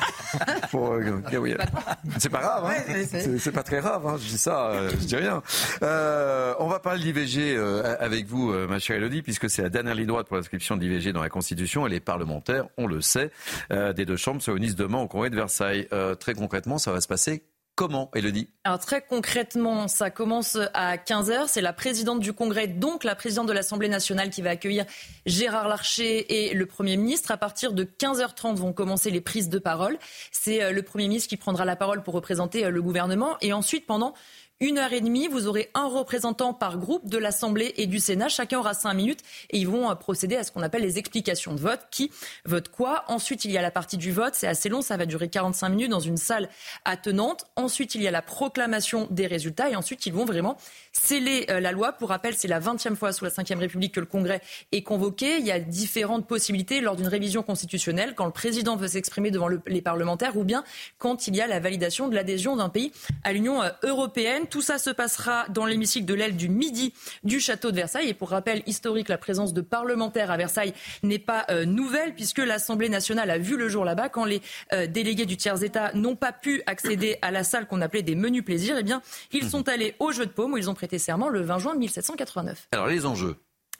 Gabriel. C'est pas grave, c'est pas très grave. Je dis ça, je dis rien. On va parler de l'IVG avec vous, ma chère Élodie, puisque c'est la dernière ligne droite pour l'inscription de l'IVG dans la Constitution. Et les parlementaires, on le sait, des deux chambres se réunissent demain au Congrès de Versailles. Très concrètement, ça va se passer comment, Élodie ? Alors très concrètement, ça commence à 15h. C'est la présidente du Congrès, donc la présidente de l'Assemblée nationale, qui va accueillir Gérard Larcher et le Premier ministre. À partir de 15h30 vont commencer les prises de parole. C'est le Premier ministre qui prendra la parole pour représenter le gouvernement. Et ensuite, pendant 1h30, vous aurez un représentant par groupe de l'Assemblée et du Sénat. Chacun aura 5 minutes et ils vont procéder à ce qu'on appelle les explications de vote. Qui vote quoi ? Ensuite, il y a la partie du vote. C'est assez long, ça va durer 45 minutes dans une salle attenante. Ensuite, il y a la proclamation des résultats et ensuite, ils vont vraiment sceller la loi. Pour rappel, c'est la 20e fois sous la Ve République que le Congrès est convoqué. Il y a différentes possibilités lors d'une révision constitutionnelle, quand le président veut s'exprimer devant les parlementaires ou bien quand il y a la validation de l'adhésion d'un pays à l'Union européenne. Tout ça se passera dans l'hémicycle de l'aile du Midi du château de Versailles. Et pour rappel historique, la présence de parlementaires à Versailles n'est pas nouvelle, puisque l'Assemblée nationale a vu le jour là-bas quand les délégués du tiers-État n'ont pas pu accéder à la salle qu'on appelait des menus plaisirs. Eh bien, ils sont allés au Jeu de Paume où ils ont prêté serment le 20 juin 1789. Alors, les enjeux.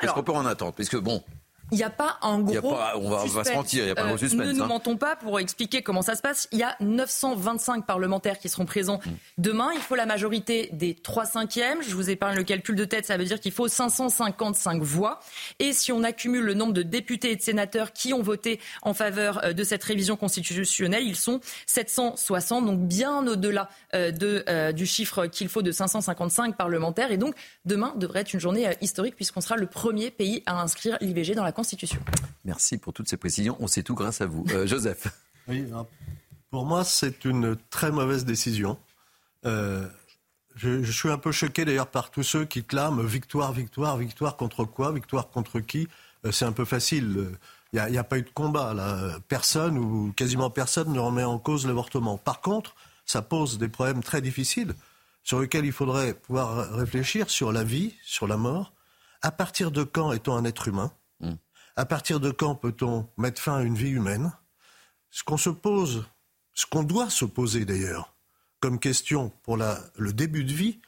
Qu'est-ce qu'on peut en attendre? Parce que bon... Il n'y a pas un gros on va se mentir, il n'y a pas un gros suspense. Ne nous mentons pas pour expliquer comment ça se passe. Il y a 925 parlementaires qui seront présents demain. Il faut la majorité des 3/5. Je vous épargne le calcul de tête, ça veut dire qu'il faut 555 voix. Et si on accumule le nombre de députés et de sénateurs qui ont voté en faveur de cette révision constitutionnelle, ils sont 760, donc bien au-delà du chiffre qu'il faut de 555 parlementaires. Et donc demain devrait être une journée historique puisqu'on sera le premier pays à inscrire l'IVG dans la Constitution. Merci pour toutes ces précisions. On sait tout grâce à vous. Joseph. Oui, pour moi, c'est une très mauvaise décision. Je suis un peu choqué d'ailleurs par tous ceux qui clament victoire, victoire, victoire contre quoi? Victoire contre qui? C'est un peu facile. Il n'y a pas eu de combat. Là. Personne ou quasiment personne ne remet en cause l'avortement. Par contre, ça pose des problèmes très difficiles sur lesquels il faudrait pouvoir réfléchir sur la vie, sur la mort. À partir de quand est-on un être humain? À partir de quand peut-on mettre fin à une vie humaine? Ce qu'on se pose, ce qu'on doit se poser d'ailleurs, comme question pour le début de vie,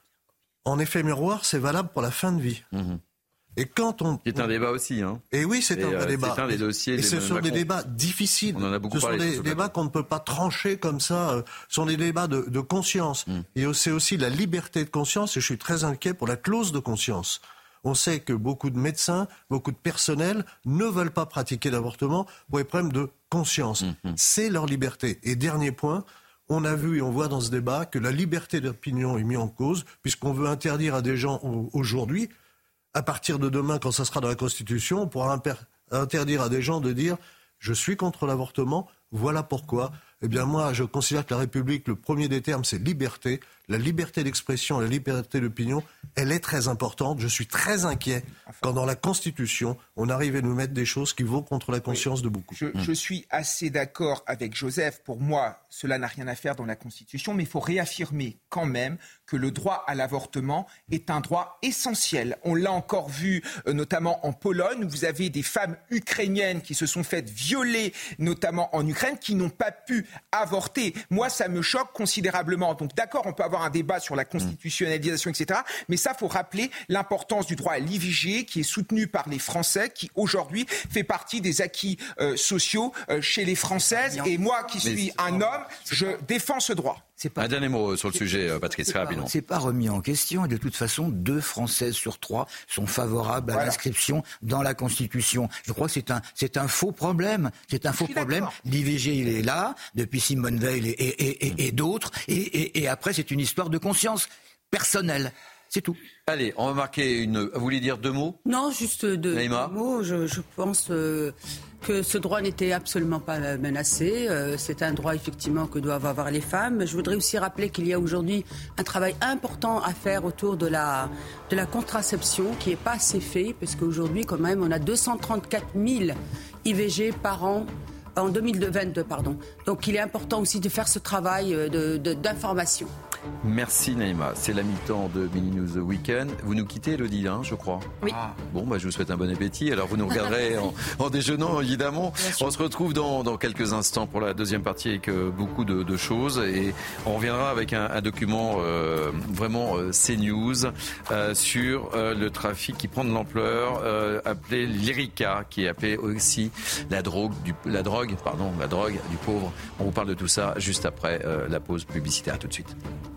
en effet miroir, c'est valable pour la fin de vie. Et quand on... C'est un débat aussi. Hein. Et oui, c'est un vrai débat. C'est un des dossiers. Et ce sont des débats difficiles. On en a beaucoup parlé. Ce sont des débats qu'on ne peut pas trancher comme ça. Ce sont des débats de conscience. Et c'est aussi la liberté de conscience. Et je suis très inquiet pour la clause de conscience. On sait que beaucoup de médecins, beaucoup de personnel ne veulent pas pratiquer l'avortement pour des problèmes de conscience. C'est leur liberté. Et dernier point, on a vu et on voit dans ce débat que la liberté d'opinion est mise en cause, puisqu'on veut interdire à des gens aujourd'hui, à partir de demain, quand ça sera dans la Constitution, on pourra interdire à des gens de dire « je suis contre l'avortement, voilà pourquoi ». Eh bien moi, je considère que la République, le premier des termes, c'est liberté. La liberté d'expression, la liberté d'opinion, elle est très importante. Je suis très inquiet quand dans la Constitution, on arrive à nous mettre des choses qui vont contre la conscience de beaucoup. Je suis assez d'accord avec Joseph. Pour moi, cela n'a rien à faire dans la Constitution, mais il faut réaffirmer quand même que le droit à l'avortement est un droit essentiel. On l'a encore vu, notamment en Pologne, où vous avez des femmes ukrainiennes qui se sont faites violer, notamment en Ukraine, qui n'ont pas pu avorter. Moi, ça me choque considérablement. Donc d'accord, on peut avoir un débat sur la constitutionnalisation, etc. Mais ça, il faut rappeler l'importance du droit à l'IVG qui est soutenu par les Français, qui aujourd'hui fait partie des acquis sociaux chez les Françaises. Et moi, qui suis un homme, je défends ce droit. Un dernier mot sur le sujet, Patrice, rapidement. C'est pas remis en question. Et de toute façon, 2 Françaises sur 3 sont favorables à l'inscription dans la Constitution. Je crois que c'est un faux problème. C'est un faux problème. L'IVG, il est là, depuis Simone Veil et d'autres. Et après, c'est une histoire de conscience personnelle. C'est tout. Allez, on va marquer une... Vous voulez dire 2 mots? Non, juste 2 mots. Je pense que ce droit n'était absolument pas menacé. C'est un droit, effectivement, que doivent avoir les femmes. Je voudrais aussi rappeler qu'il y a aujourd'hui un travail important à faire autour de la contraception qui n'est pas assez fait, parce qu'aujourd'hui, quand même, on a 234 000 IVG par an. En 2022, pardon. Donc il est important aussi de faire ce travail d'information. Merci Naïma. C'est la mi-temps de Mini News Weekend. Vous nous quittez, Elodie, je crois. Oui. Bon, je vous souhaite un bon appétit. Alors vous nous regarderez en déjeunant, évidemment. On se retrouve dans quelques instants pour la deuxième partie avec beaucoup de choses. Et on reviendra avec un document vraiment CNews sur le trafic qui prend de l'ampleur, appelé l'Erika, qui est appelé aussi la drogue du pauvre. On vous parle de tout ça juste après la pause publicitaire. À tout de suite.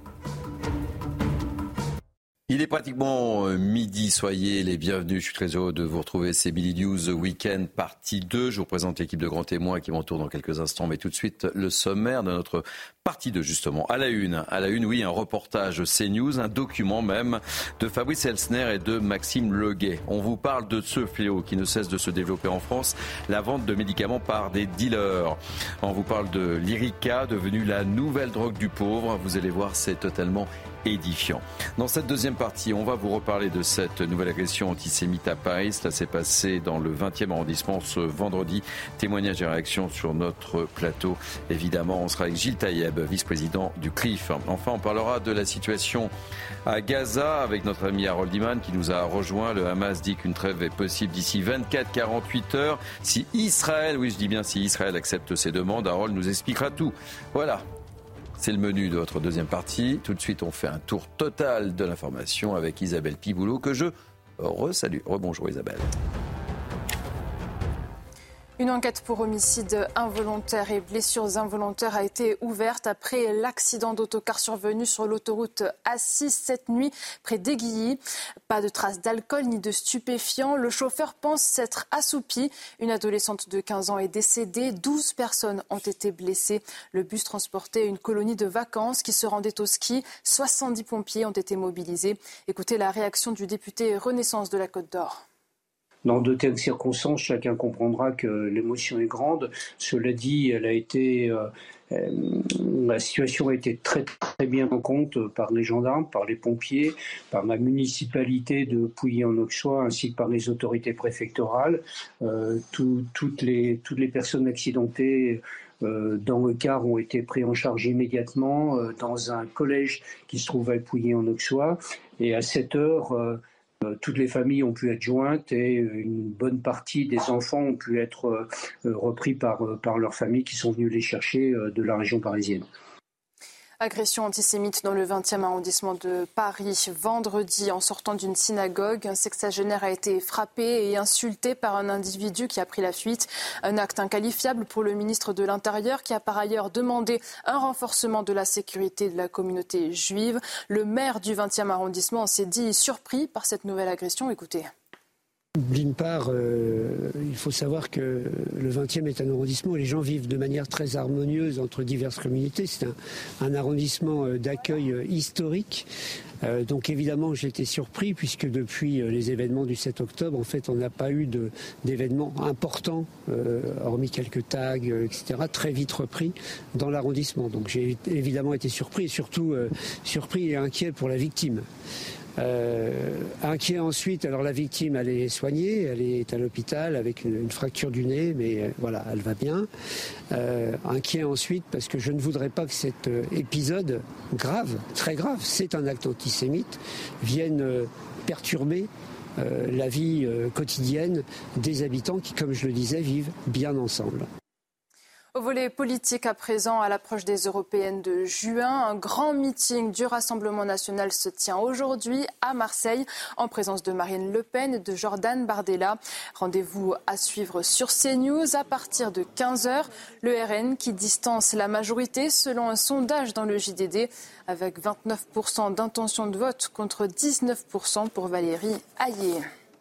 Il est pratiquement midi, soyez les bienvenus. Je suis très heureux de vous retrouver. C'est Mini News Weekend, partie 2. Je vous présente l'équipe de grands témoins qui m'entoure dans quelques instants. Mais tout de suite, le sommaire de notre partie 2, justement. À la une, oui, un reportage CNews, un document même de Fabrice Elsner et de Maxime Leguet. On vous parle de ce fléau qui ne cesse de se développer en France, la vente de médicaments par des dealers. On vous parle de l'Erika, devenue la nouvelle drogue du pauvre. Vous allez voir, c'est totalement édifiant. Dans cette deuxième partie, on va vous reparler de cette nouvelle agression antisémite à Paris. Cela s'est passé dans le 20e arrondissement ce vendredi. Témoignages et réactions sur notre plateau. Évidemment, on sera avec Gilles Taïeb, vice-président du CRIF. Enfin, on parlera de la situation à Gaza avec notre ami Harold Iman qui nous a rejoint. Le Hamas dit qu'une trêve est possible d'ici 24-48 heures. Si Israël, oui je dis bien si Israël accepte ces demandes, Harold nous expliquera tout. Voilà. C'est le menu de votre deuxième partie. Tout de suite, on fait un tour total de l'information avec Isabelle Piboulot, que je Rebonjour Isabelle. Une enquête pour homicide involontaire et blessures involontaires a été ouverte après l'accident d'autocar survenu sur l'autoroute A6 cette nuit près d'Aiguilly. Pas de traces d'alcool ni de stupéfiants. Le chauffeur pense s'être assoupi. Une adolescente de 15 ans est décédée. 12 personnes ont été blessées. Le bus transportait une colonie de vacances qui se rendait au ski. 70 pompiers ont été mobilisés. Écoutez la réaction du député Renaissance de la Côte d'Or. Dans de telles circonstances, chacun comprendra que l'émotion est grande. Cela dit, la situation a été très très bien en compte par les gendarmes, par les pompiers, par la municipalité de Pouilly-en-Auxois ainsi que par les autorités préfectorales. Toutes les personnes accidentées dans le car ont été prises en charge immédiatement dans un collège qui se trouve à Pouilly-en-Auxois. Et à 7 heures, toutes les familles ont pu être jointes et une bonne partie des enfants ont pu être repris par leurs familles qui sont venues les chercher de la région parisienne. Agression antisémite dans le 20e arrondissement de Paris. Vendredi, en sortant d'une synagogue, un sexagénaire a été frappé et insulté par un individu qui a pris la fuite. Un acte inqualifiable pour le ministre de l'Intérieur qui a par ailleurs demandé un renforcement de la sécurité de la communauté juive. Le maire du 20e arrondissement s'est dit surpris par cette nouvelle agression. Écoutez. D'une part, il faut savoir que le 20e est un arrondissement où les gens vivent de manière très harmonieuse entre diverses communautés. C'est un arrondissement d'accueil historique. Donc évidemment, j'ai été surpris puisque depuis les événements du 7 octobre, en fait, on n'a pas eu d'événements importants, hormis quelques tags, etc., très vite repris dans l'arrondissement. Donc j'ai évidemment été surpris et surtout surpris et inquiet pour la victime. Inquiet ensuite, alors la victime elle est soignée, elle est à l'hôpital avec une fracture du nez, mais voilà, elle va bien. Inquiet ensuite parce que je ne voudrais pas que cet épisode grave, très grave, c'est un acte antisémite, vienne perturber la vie quotidienne des habitants qui, comme je le disais, vivent bien ensemble. Au volet politique à présent, à l'approche des européennes de juin, un grand meeting du Rassemblement national se tient aujourd'hui à Marseille en présence de Marine Le Pen et de Jordan Bardella. Rendez-vous à suivre sur CNews à partir de 15h. Le RN qui distance la majorité selon un sondage dans le JDD avec 29% d'intention de vote contre 19% pour Valérie Hayé.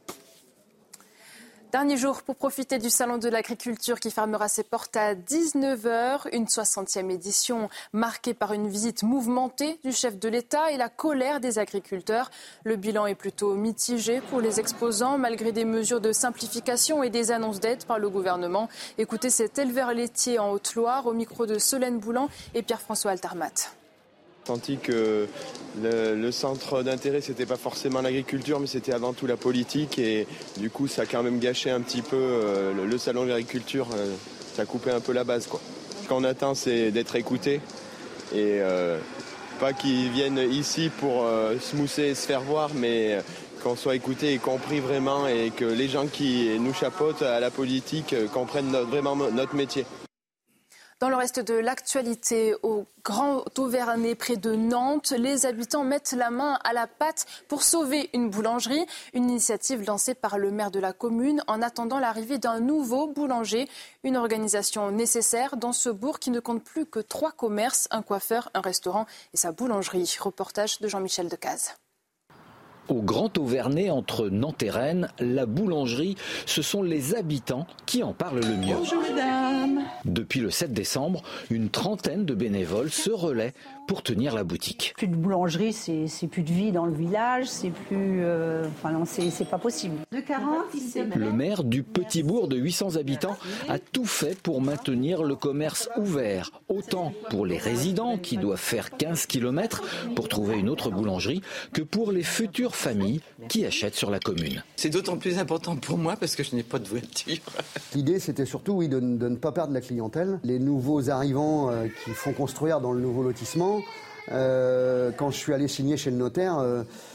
Dernier jour pour profiter du Salon de l'Agriculture qui fermera ses portes à 19h. Une 60e édition marquée par une visite mouvementée du chef de l'État et la colère des agriculteurs. Le bilan est plutôt mitigé pour les exposants malgré des mesures de simplification et des annonces d'aide par le gouvernement. Écoutez cet éleveur laitier en Haute-Loire au micro de Solène Boulan et Pierre-François Altermat. Senti que le centre d'intérêt, c'était pas forcément l'agriculture, mais c'était avant tout la politique. Et du coup, ça a quand même gâché un petit peu le salon de l'agriculture. Ça a coupé un peu la base, quoi. Ce qu'on attend, c'est d'être écouté. Et pas qu'ils viennent ici pour se mousser et se faire voir, mais qu'on soit écouté et compris vraiment. Et que les gens qui nous chapeautent à la politique comprennent vraiment notre métier. Dans le reste de l'actualité, au Grand Auvernais, près de Nantes, les habitants mettent la main à la pâte pour sauver une boulangerie. Une initiative lancée par le maire de la commune en attendant l'arrivée d'un nouveau boulanger. Une organisation nécessaire dans ce bourg qui ne compte plus que 3 commerces, un coiffeur, un restaurant et sa boulangerie. Reportage de Jean-Michel Decaze. Au Grand Auvernais, entre Nantes et Rennes, la boulangerie, ce sont les habitants qui en parlent le mieux. Bonjour mesdames. Depuis le 7 décembre, une trentaine de bénévoles se relaient pour tenir la boutique. Plus de boulangerie, c'est plus de vie dans le village, c'est plus... c'est pas possible. De 40, le maire du petit bourg de 800 habitants a tout fait pour maintenir le commerce ouvert. Autant pour les résidents qui doivent faire 15 km pour trouver une autre boulangerie que pour les futures familles qui achètent sur la commune. C'est d'autant plus important pour moi parce que je n'ai pas de voiture. L'idée, c'était surtout de ne pas perdre la clientèle. Les nouveaux arrivants qui font construire dans le nouveau lotissement, quand je suis allé signer chez le notaire,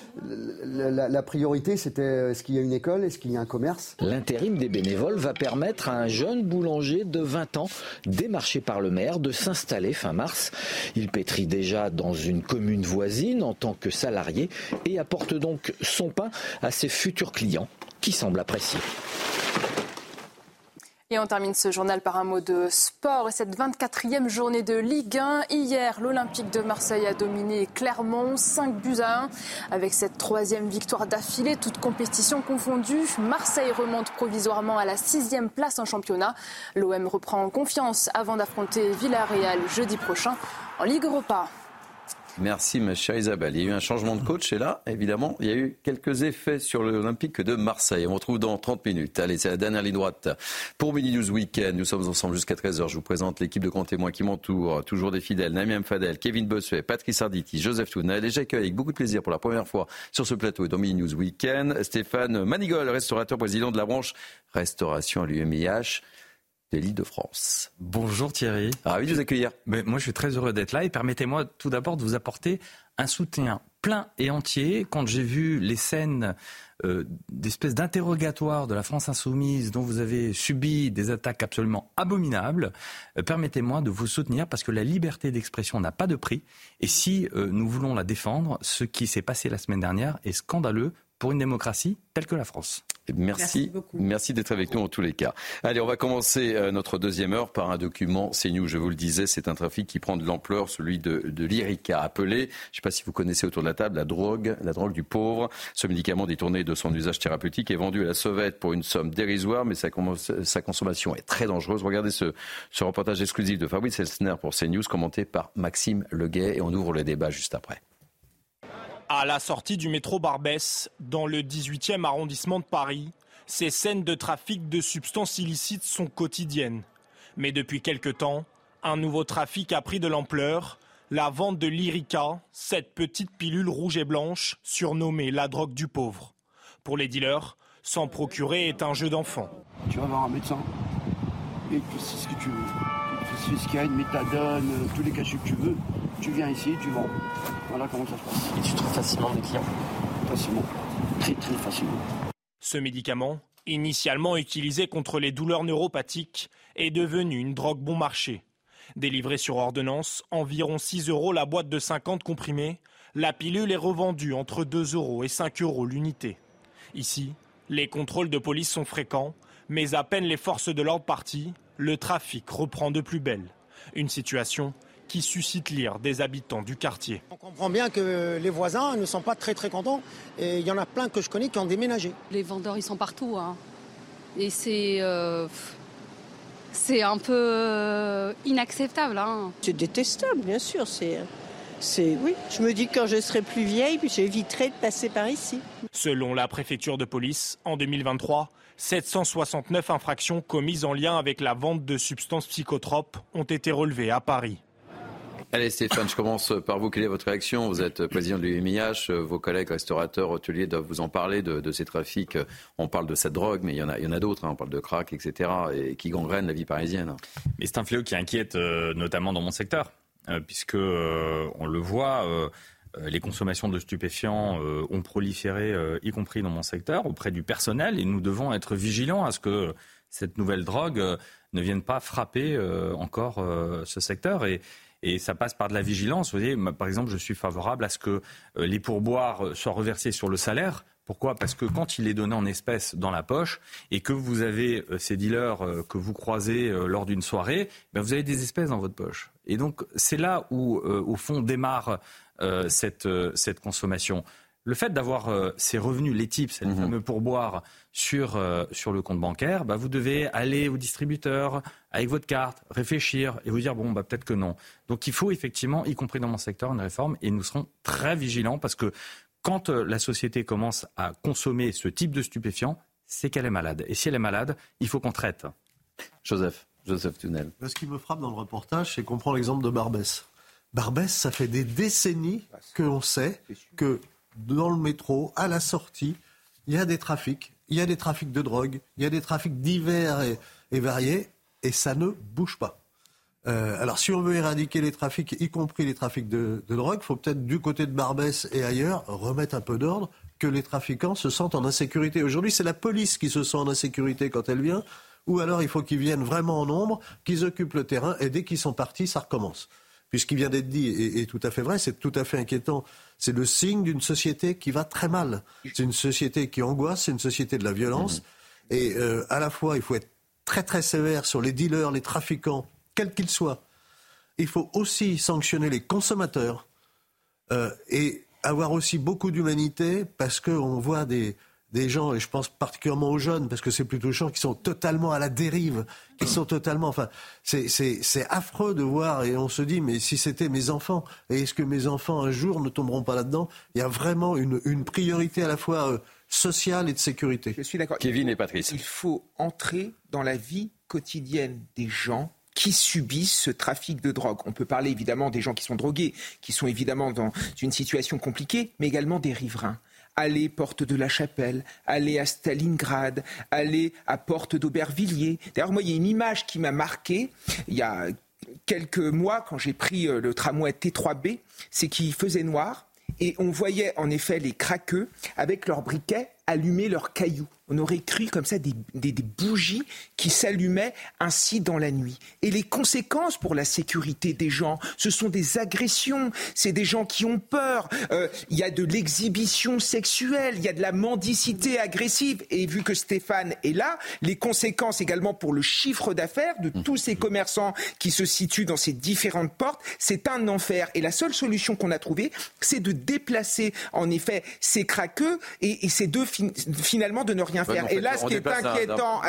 la priorité, c'était est-ce qu'il y a une école, est-ce qu'il y a un commerce ? L'intérim des bénévoles va permettre à un jeune boulanger de 20 ans, démarché par le maire, de s'installer fin mars. Il pétrit déjà dans une commune voisine en tant que salarié et apporte donc son pain à ses futurs clients qui semblent apprécier. Et on termine ce journal par un mot de sport et cette 24e journée de Ligue 1. Hier, l'Olympique de Marseille a dominé Clermont 5-1. Avec cette 3e victoire d'affilée, toute compétition confondue, Marseille remonte provisoirement à la 6e place en championnat. L'OM reprend confiance avant d'affronter Villarreal jeudi prochain en Ligue Europa. Merci ma chère Isabelle. Il y a eu un changement de coach et là, évidemment, il y a eu quelques effets sur l'Olympique de Marseille. On se retrouve dans 30 minutes. Allez, c'est la dernière ligne droite pour Mini News Weekend. Nous sommes ensemble jusqu'à 13h. Je vous présente l'équipe de grands témoins qui m'entourent. Toujours des fidèles. Nami Mfadel, Kevin Bossuet, Patrice Arditi, Joseph Tounel. Et j'accueille avec beaucoup de plaisir pour la première fois sur ce plateau et dans Mini News Weekend, Stéphane Manigol, restaurateur, président de la branche Restauration à l'UMIH de l'Île-de-France. Bonjour Thierry. Ravi de vous accueillir. Mais moi je suis très heureux d'être là et permettez-moi tout d'abord de vous apporter un soutien plein et entier. Quand j'ai vu les scènes d'espèces d'interrogatoires de la France Insoumise dont vous avez subi des attaques absolument abominables, permettez-moi de vous soutenir parce que la liberté d'expression n'a pas de prix et si nous voulons la défendre, ce qui s'est passé la semaine dernière est scandaleux pour une démocratie telle que la France. Merci d'être avec nous en tous les cas. Allez, on va commencer notre deuxième heure par un document CNews. Je vous le disais, c'est un trafic qui prend de l'ampleur, celui de l'Irica, appelé, je ne sais pas si vous connaissez autour de la table, la drogue du pauvre. Ce médicament détourné de son usage thérapeutique est vendu à la sauvette pour une somme dérisoire, mais sa consommation est très dangereuse. Regardez ce reportage exclusif de Fabrice Elsner pour CNews, commenté par Maxime Leguet, et on ouvre le débat juste après. À la sortie du métro Barbès, dans le 18e arrondissement de Paris, ces scènes de trafic de substances illicites sont quotidiennes. Mais depuis quelque temps, un nouveau trafic a pris de l'ampleur, la vente de l'Irica, cette petite pilule rouge et blanche surnommée la drogue du pauvre. Pour les dealers, s'en procurer est un jeu d'enfant. Tu vas voir un médecin et c'est ce que tu veux. Ce qu'il y a, une méthadone, tous les cachets que tu veux, tu viens ici, tu vends. Voilà comment ça se passe. Et tu trouves facilement des clients ? Facilement. Très très facilement. Ce médicament, initialement utilisé contre les douleurs neuropathiques, est devenu une drogue bon marché. Délivrée sur ordonnance, environ 6 € la boîte de 50 comprimés, la pilule est revendue entre 2 € et 5 € l'unité. Ici, les contrôles de police sont fréquents, mais à peine les forces de l'ordre parties, le trafic reprend de plus belle. Une situation qui suscite l'ire des habitants du quartier. On comprend bien que les voisins ne sont pas très très contents et il y en a plein que je connais qui ont déménagé. Les vendeurs ils sont partout hein. Et c'est un peu inacceptable. Hein. C'est détestable bien sûr, oui. Je me dis que quand je serai plus vieille, j'éviterai de passer par ici. Selon la préfecture de police, en 2023, 769 infractions commises en lien avec la vente de substances psychotropes ont été relevées à Paris. Allez Stéphane, je commence par vous. Quelle est votre réaction ? Vous êtes président de l'UMIH, vos collègues restaurateurs, hôteliers doivent vous en parler de ces trafics. On parle de cette drogue, mais il y en a d'autres, hein. On parle de crack, etc., et qui gangrènent la vie parisienne. Mais c'est un fléau qui inquiète notamment dans mon secteur, puisque on le voit... les consommations de stupéfiants ont proliféré, y compris dans mon secteur, auprès du personnel. Et nous devons être vigilants à ce que cette nouvelle drogue ne vienne pas frapper encore ce secteur. Et ça passe par de la vigilance. Vous voyez, par exemple, je suis favorable à ce que les pourboires soient reversés sur le salaire. Pourquoi ? Parce que quand il est donné en espèces dans la poche et que vous avez ces dealers que vous croisez lors d'une soirée, vous avez des espèces dans votre poche. Et donc, c'est là où, au fond, démarre cette consommation. Le fait d'avoir ces revenus, les tips, les fameux pourboires sur le compte bancaire, vous devez aller au distributeur avec votre carte, réfléchir et vous dire peut-être que non. Donc il faut effectivement, y compris dans mon secteur, une réforme et nous serons très vigilants parce que quand la société commence à consommer ce type de stupéfiants, c'est qu'elle est malade. Et si elle est malade, il faut qu'on traite. Joseph Tounel. Ce qui me frappe dans le reportage, c'est qu'on prend l'exemple de Barbès. Barbès, ça fait des décennies que l'on sait que dans le métro, à la sortie, il y a des trafics. Il y a des trafics de drogue, il y a des trafics divers et variés, et ça ne bouge pas. Alors, si on veut éradiquer les trafics, y compris les trafics de drogue, il faut peut-être, du côté de Barbès et ailleurs, remettre un peu d'ordre, que les trafiquants se sentent en insécurité. Aujourd'hui, c'est la police qui se sent en insécurité quand elle vient, ou alors il faut qu'ils viennent vraiment en nombre, qu'ils occupent le terrain, et dès qu'ils sont partis, ça recommence. Puisqu'il vient d'être dit, et tout à fait vrai, c'est tout à fait inquiétant. C'est le signe d'une société qui va très mal. C'est une société qui angoisse, c'est une société de la violence. Et à la fois, il faut être très très sévère sur les dealers, les trafiquants, quels qu'ils soient. Il faut aussi sanctionner les consommateurs et avoir aussi beaucoup d'humanité, parce qu'on voit des gens, et je pense particulièrement aux jeunes, parce que c'est plutôt les gens qui sont totalement à la dérive, qui sont totalement... Enfin, c'est affreux de voir, et on se dit, mais si c'était mes enfants, et est-ce que mes enfants un jour ne tomberont pas là-dedans ? Il y a vraiment une priorité à la fois sociale et de sécurité. Je suis d'accord. Kevin et Patrice. Il faut entrer dans la vie quotidienne des gens qui subissent ce trafic de drogue. On peut parler évidemment des gens qui sont drogués, qui sont évidemment dans une situation compliquée, mais également des riverains. Aller porte de la Chapelle, aller à Stalingrad, aller à Porte d'Aubervilliers. D'ailleurs, moi, il y a une image qui m'a marqué. Il y a quelques mois, quand j'ai pris le tramway T3B, c'est qu'il faisait noir et on voyait en effet les craqueux avec leurs briquets allumer leurs cailloux. On aurait cru comme ça des bougies qui s'allumaient ainsi dans la nuit. Et les conséquences pour la sécurité des gens, ce sont des agressions, c'est des gens qui ont peur, il y a de l'exhibition sexuelle, il y a de la mendicité agressive. Et vu que Stéphane est là, les conséquences également pour le chiffre d'affaires de tous ces commerçants qui se situent dans ces différentes portes, c'est un enfer. Et la seule solution qu'on a trouvée, c'est de déplacer en effet ces craqueux et ces deux finalement de ne rien faire. Ouais, et là, ce qui est inquiétant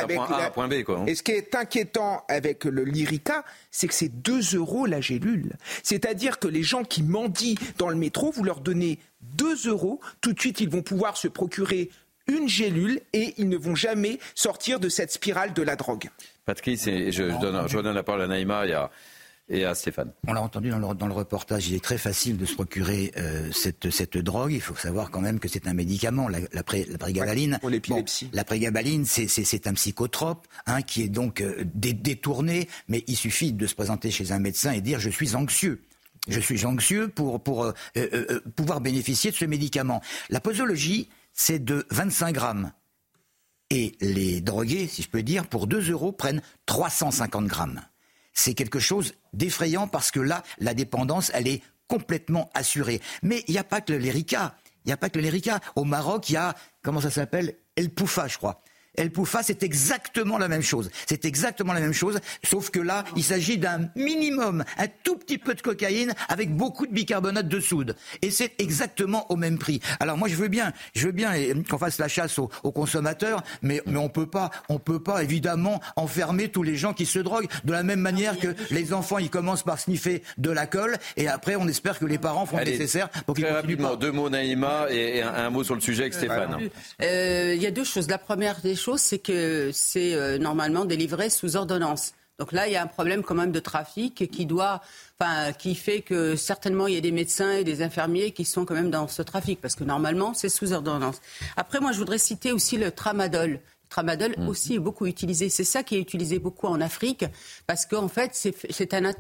avec le Lyrica, c'est que c'est 2 € la gélule. C'est-à-dire que les gens qui mendient dans le métro, vous leur donnez 2 €, tout de suite, ils vont pouvoir se procurer une gélule et ils ne vont jamais sortir de cette spirale de la drogue. Patrice, je donne la parole à Naïma et à Stéphane. On l'a entendu dans le reportage, il est très facile de se procurer cette drogue. Il faut savoir quand même que c'est un médicament, la prégabaline. Pour l'épilepsie. La prégabaline, c'est un psychotrope qui est donc détourné, mais il suffit de se présenter chez un médecin et dire « je suis anxieux ». Je suis anxieux pour pouvoir bénéficier de ce médicament. La posologie, c'est de 25 grammes. Et les drogués, si je peux dire, pour 2 € prennent 350 grammes. C'est quelque chose d'effrayant parce que là, la dépendance, elle est complètement assurée. Mais il n'y a pas que le Lyrica. Au Maroc, il y a, comment ça s'appelle ? El Poufa, je crois. El Poufa, c'est exactement la même chose. Sauf que là, il s'agit d'un minimum, un tout petit peu de cocaïne avec beaucoup de bicarbonate de soude. Et c'est exactement au même prix. Alors moi, je veux bien qu'on fasse la chasse aux consommateurs, mais on peut pas évidemment enfermer tous les gens qui se droguent de la même manière que les enfants, ils commencent par sniffer de la colle et après, on espère que les parents font le nécessaire pour qu'ils continuent pas. Très rapidement, 2 mots Naïma et un mot sur le sujet avec Stéphane. Il y a 2 choses. La première des choses, c'est que c'est normalement délivré sous ordonnance. Donc là, il y a un problème quand même de trafic qui fait que certainement il y a des médecins et des infirmiers qui sont quand même dans ce trafic, parce que normalement, c'est sous ordonnance. Après, moi, je voudrais citer aussi le tramadol. Le tramadol aussi est beaucoup utilisé. C'est ça qui est utilisé beaucoup en Afrique, parce qu'en fait, c'est un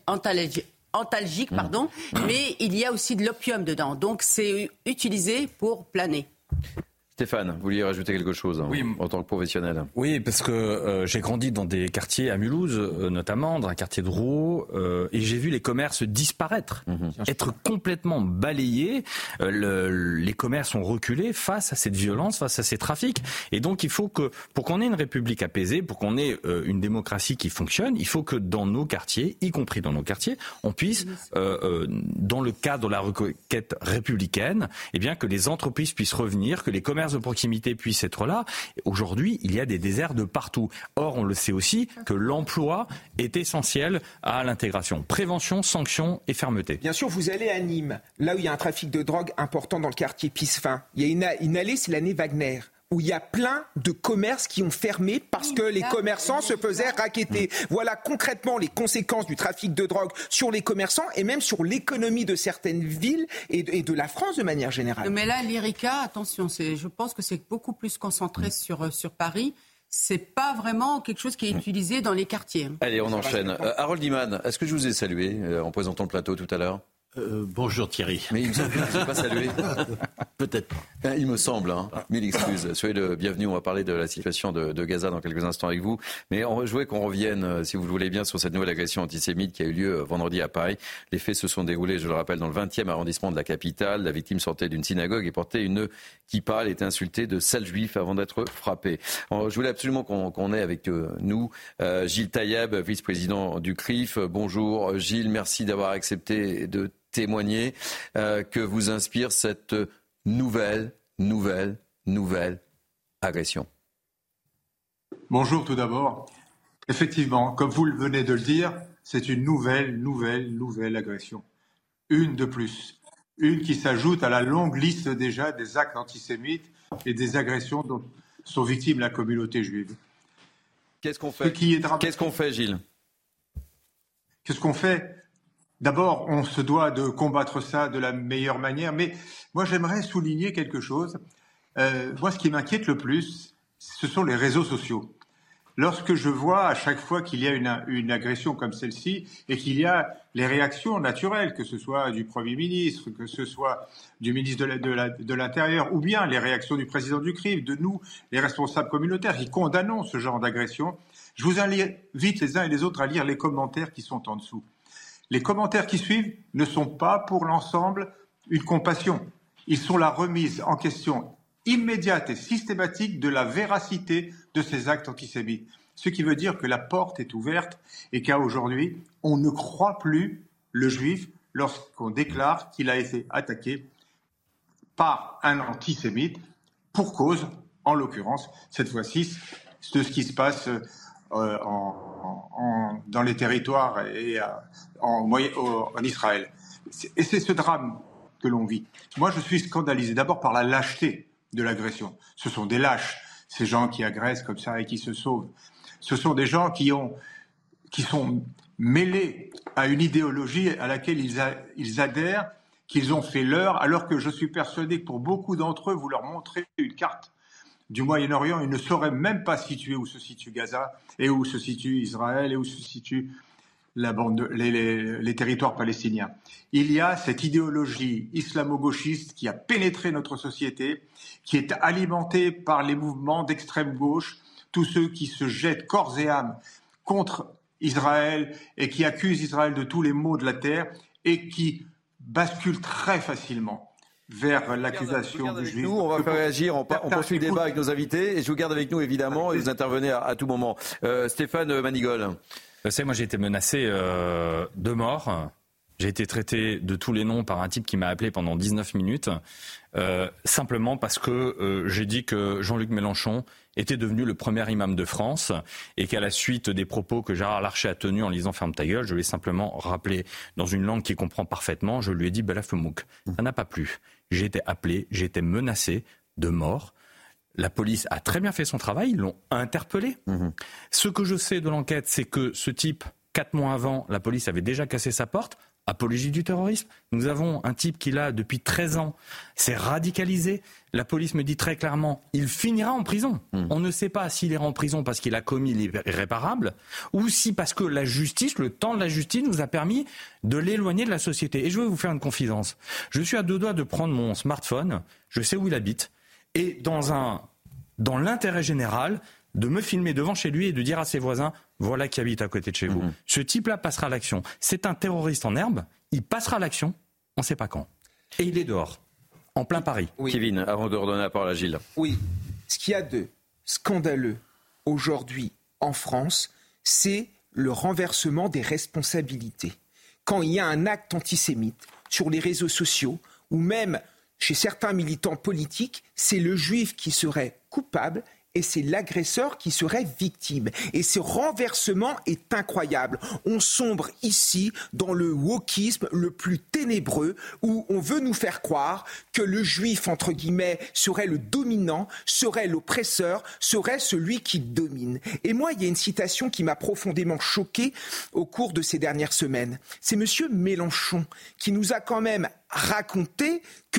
antalgique, mais il y a aussi de l'opium dedans. Donc, c'est utilisé pour planer. Stéphane, vous vouliez rajouter quelque chose en tant que professionnel ? Oui, parce que j'ai grandi dans des quartiers à Mulhouse, notamment, dans un quartier de Rouault, et j'ai vu les commerces disparaître, être complètement balayés. Les commerces ont reculé face à cette violence, face à ces trafics. Et donc, il faut que, pour qu'on ait une république apaisée, pour qu'on ait une démocratie qui fonctionne, il faut que dans nos quartiers, y compris dans nos quartiers, on puisse, dans le cadre de la requête républicaine, que les entreprises puissent revenir, que les commerces de proximité puissent être là. Aujourd'hui, il y a des déserts de partout. Or, on le sait aussi que l'emploi est essentiel à l'intégration. Prévention, sanction et fermeté. Bien sûr, vous allez à Nîmes, là où il y a un trafic de drogue important dans le quartier Pissefin. Il y a une allée, c'est l'allée Wagner, où il y a plein de commerces qui ont fermé parce que les commerçants se faisaient racketter. Voilà concrètement les conséquences du trafic de drogue sur les commerçants et même sur l'économie de certaines villes et de la France de manière générale. Mais là, Lyrica, attention, je pense que c'est beaucoup plus concentré sur Paris. c'est pas vraiment quelque chose qui est utilisé dans les quartiers. Allez, on enchaîne. Harold Iman, est-ce que je vous ai salué en présentant le plateau tout à l'heure ? Bonjour Thierry. Mais il me semble que je ne vous ai pas salué. Peut-être pas. Il me semble. Mille excuses. Soyez le bienvenu. On va parler de la situation de Gaza dans quelques instants avec vous. Mais je voulais qu'on revienne, si vous le voulez bien, sur cette nouvelle agression antisémite qui a eu lieu vendredi à Paris. Les faits se sont déroulés, je le rappelle, dans le 20e arrondissement de la capitale. La victime sortait d'une synagogue et portait une kippa. Elle était insultée de sale juif avant d'être frappée. Je voulais absolument qu'on ait avec nous Gilles Taïeb, vice-président du CRIF. Bonjour Gilles, merci d'avoir accepté de témoigner. Que vous inspire cette nouvelle agression? Bonjour tout d'abord. Effectivement, comme vous venez de le dire, c'est une nouvelle agression. Une de plus. Une qui s'ajoute à la longue liste déjà des actes antisémites et des agressions dont sont victimes la communauté juive. Qu'est-ce qu'on fait? Qu'est-ce qu'on fait, Gilles? Qu'est-ce qu'on fait? D'abord, on se doit de combattre ça de la meilleure manière, mais moi j'aimerais souligner quelque chose. Moi, ce qui m'inquiète le plus, ce sont les réseaux sociaux. Lorsque je vois à chaque fois qu'il y a une agression comme celle-ci et qu'il y a les réactions naturelles, que ce soit du Premier ministre, que ce soit du ministre de l'Intérieur, ou bien les réactions du président du CRIF, de nous, les responsables communautaires qui condamnons ce genre d'agression, je vous invite les uns et les autres à lire les commentaires qui sont en dessous. Les commentaires qui suivent ne sont pas pour l'ensemble une compassion. Ils sont la remise en question immédiate et systématique de la véracité de ces actes antisémites. Ce qui veut dire que la porte est ouverte et qu'à aujourd'hui, on ne croit plus le juif lorsqu'on déclare qu'il a été attaqué par un antisémite pour cause, en l'occurrence, cette fois-ci, de ce qui se passe dans les territoires et en Israël. Et c'est ce drame que l'on vit. Moi, je suis scandalisé d'abord par la lâcheté de l'agression. Ce sont des lâches, ces gens qui agressent comme ça et qui se sauvent. Ce sont des gens qui sont mêlés à une idéologie à laquelle ils adhèrent, qu'ils ont fait leur, alors que je suis persuadé que pour beaucoup d'entre eux, vous leur montrez une carte du Moyen-Orient, ils ne sauraient même pas situer où se situe Gaza et où se situe Israël et où se situe les territoires palestiniens. Il y a cette idéologie islamo-gauchiste qui a pénétré notre société, qui est alimentée par les mouvements d'extrême gauche, tous ceux qui se jettent corps et âme contre Israël et qui accusent Israël de tous les maux de la terre et qui basculent très facilement vers l'accusation du juif. Nous, on va faire réagir, on poursuit le débat avec nos invités et je vous garde avec nous évidemment et vous intervenez à tout moment. Stéphane Manigol. Vous savez, moi j'ai été menacé de mort. J'ai été traité de tous les noms par un type qui m'a appelé pendant 19 minutes, simplement parce que j'ai dit que Jean-Luc Mélenchon était devenu le premier imam de France et qu'à la suite des propos que Gérard Larcher a tenus en lisant « Ferme ta gueule », je lui ai simplement rappelé dans une langue qu'il comprend parfaitement, je lui ai dit « Belafemouk ». Ça n'a pas plu. J'ai été appelé, j'ai été menacé de mort. La police a très bien fait son travail, ils l'ont interpellé. Ce que je sais de l'enquête, c'est que ce type, 4 mois avant, la police avait déjà cassé sa porte. Apologie du terrorisme. Nous avons un type qui, là, depuis 13 ans, s'est radicalisé. La police me dit très clairement, il finira en prison. On ne sait pas s'il ira en prison parce qu'il a commis l'irréparable ou si parce que la justice, le temps de la justice nous a permis de l'éloigner de la société. Et je vais vous faire une confidence. Je suis à 2 doigts de prendre mon smartphone, je sais où il habite, et dans l'intérêt général, de me filmer devant chez lui et de dire à ses voisins, voilà qui habite à côté de chez vous. Ce type-là passera à l'action. C'est un terroriste en herbe, il passera à l'action, on ne sait pas quand. Et il est dehors, en plein Paris. Oui. Kevin, avant de redonner la parole à Gilles. Oui, ce qu'il y a de scandaleux aujourd'hui en France, c'est le renversement des responsabilités. Quand il y a un acte antisémite sur les réseaux sociaux, ou même chez certains militants politiques, c'est le juif qui serait coupable et c'est l'agresseur qui serait victime. Et ce renversement est incroyable. On sombre ici dans le wokisme le plus ténébreux où on veut nous faire croire que le juif, entre guillemets, serait le dominant, serait l'oppresseur, serait celui qui domine. Et moi, il y a une citation qui m'a profondément choqué au cours de ces dernières semaines. C'est monsieur Mélenchon qui nous a quand même raconté que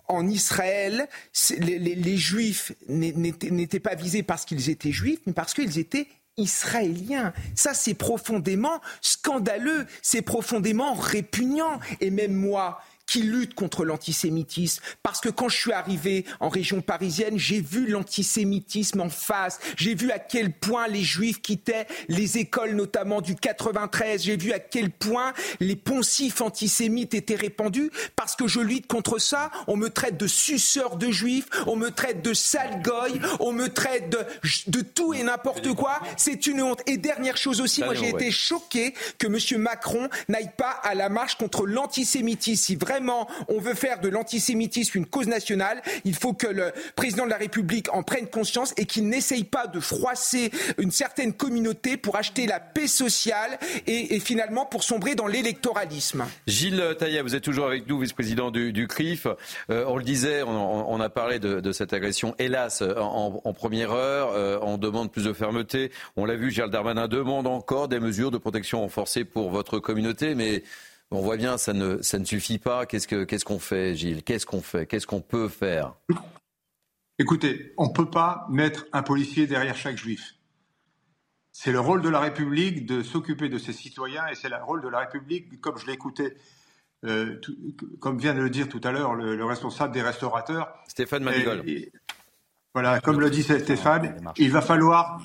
en Israël, les Juifs n'étaient pas visés parce qu'ils étaient Juifs, mais parce qu'ils étaient israéliens. Ça, c'est profondément scandaleux, c'est profondément répugnant. Et même moi, qui lutte contre l'antisémitisme, parce que quand je suis arrivé en région parisienne, j'ai vu l'antisémitisme en face, j'ai vu à quel point les Juifs quittaient les écoles, notamment du 93, j'ai vu à quel point les poncifs antisémites étaient répandus, parce que je lutte contre ça, on me traite de suceur de Juifs, on me traite de sale goy, on me traite de tout et n'importe quoi, c'est une honte. Et dernière chose aussi, moi j'ai été choqué que M. Macron n'aille pas à la marche contre l'antisémitisme. Si vraiment on veut faire de l'antisémitisme une cause nationale, il faut que le président de la République en prenne conscience et qu'il n'essaye pas de froisser une certaine communauté pour acheter la paix sociale et finalement pour sombrer dans l'électoralisme. Gilles Taïeb, vous êtes toujours avec nous, vice-président du CRIF. On le disait, on a parlé de cette agression, hélas, en première heure. On demande plus de fermeté. On l'a vu, Gérald Darmanin demande encore des mesures de protection renforcées pour votre communauté, mais on voit bien, ça ne suffit pas. Qu'est-ce qu'on fait, Gilles ? Qu'est-ce qu'on fait ? Qu'est-ce qu'on peut faire ? Écoutez, on ne peut pas mettre un policier derrière chaque juif. C'est le rôle de la République de s'occuper de ses citoyens et c'est le rôle de la République, comme je l'ai écouté, comme vient de le dire tout à l'heure le responsable des restaurateurs. Stéphane Manigol. Voilà, comme le dit Stéphane, il va falloir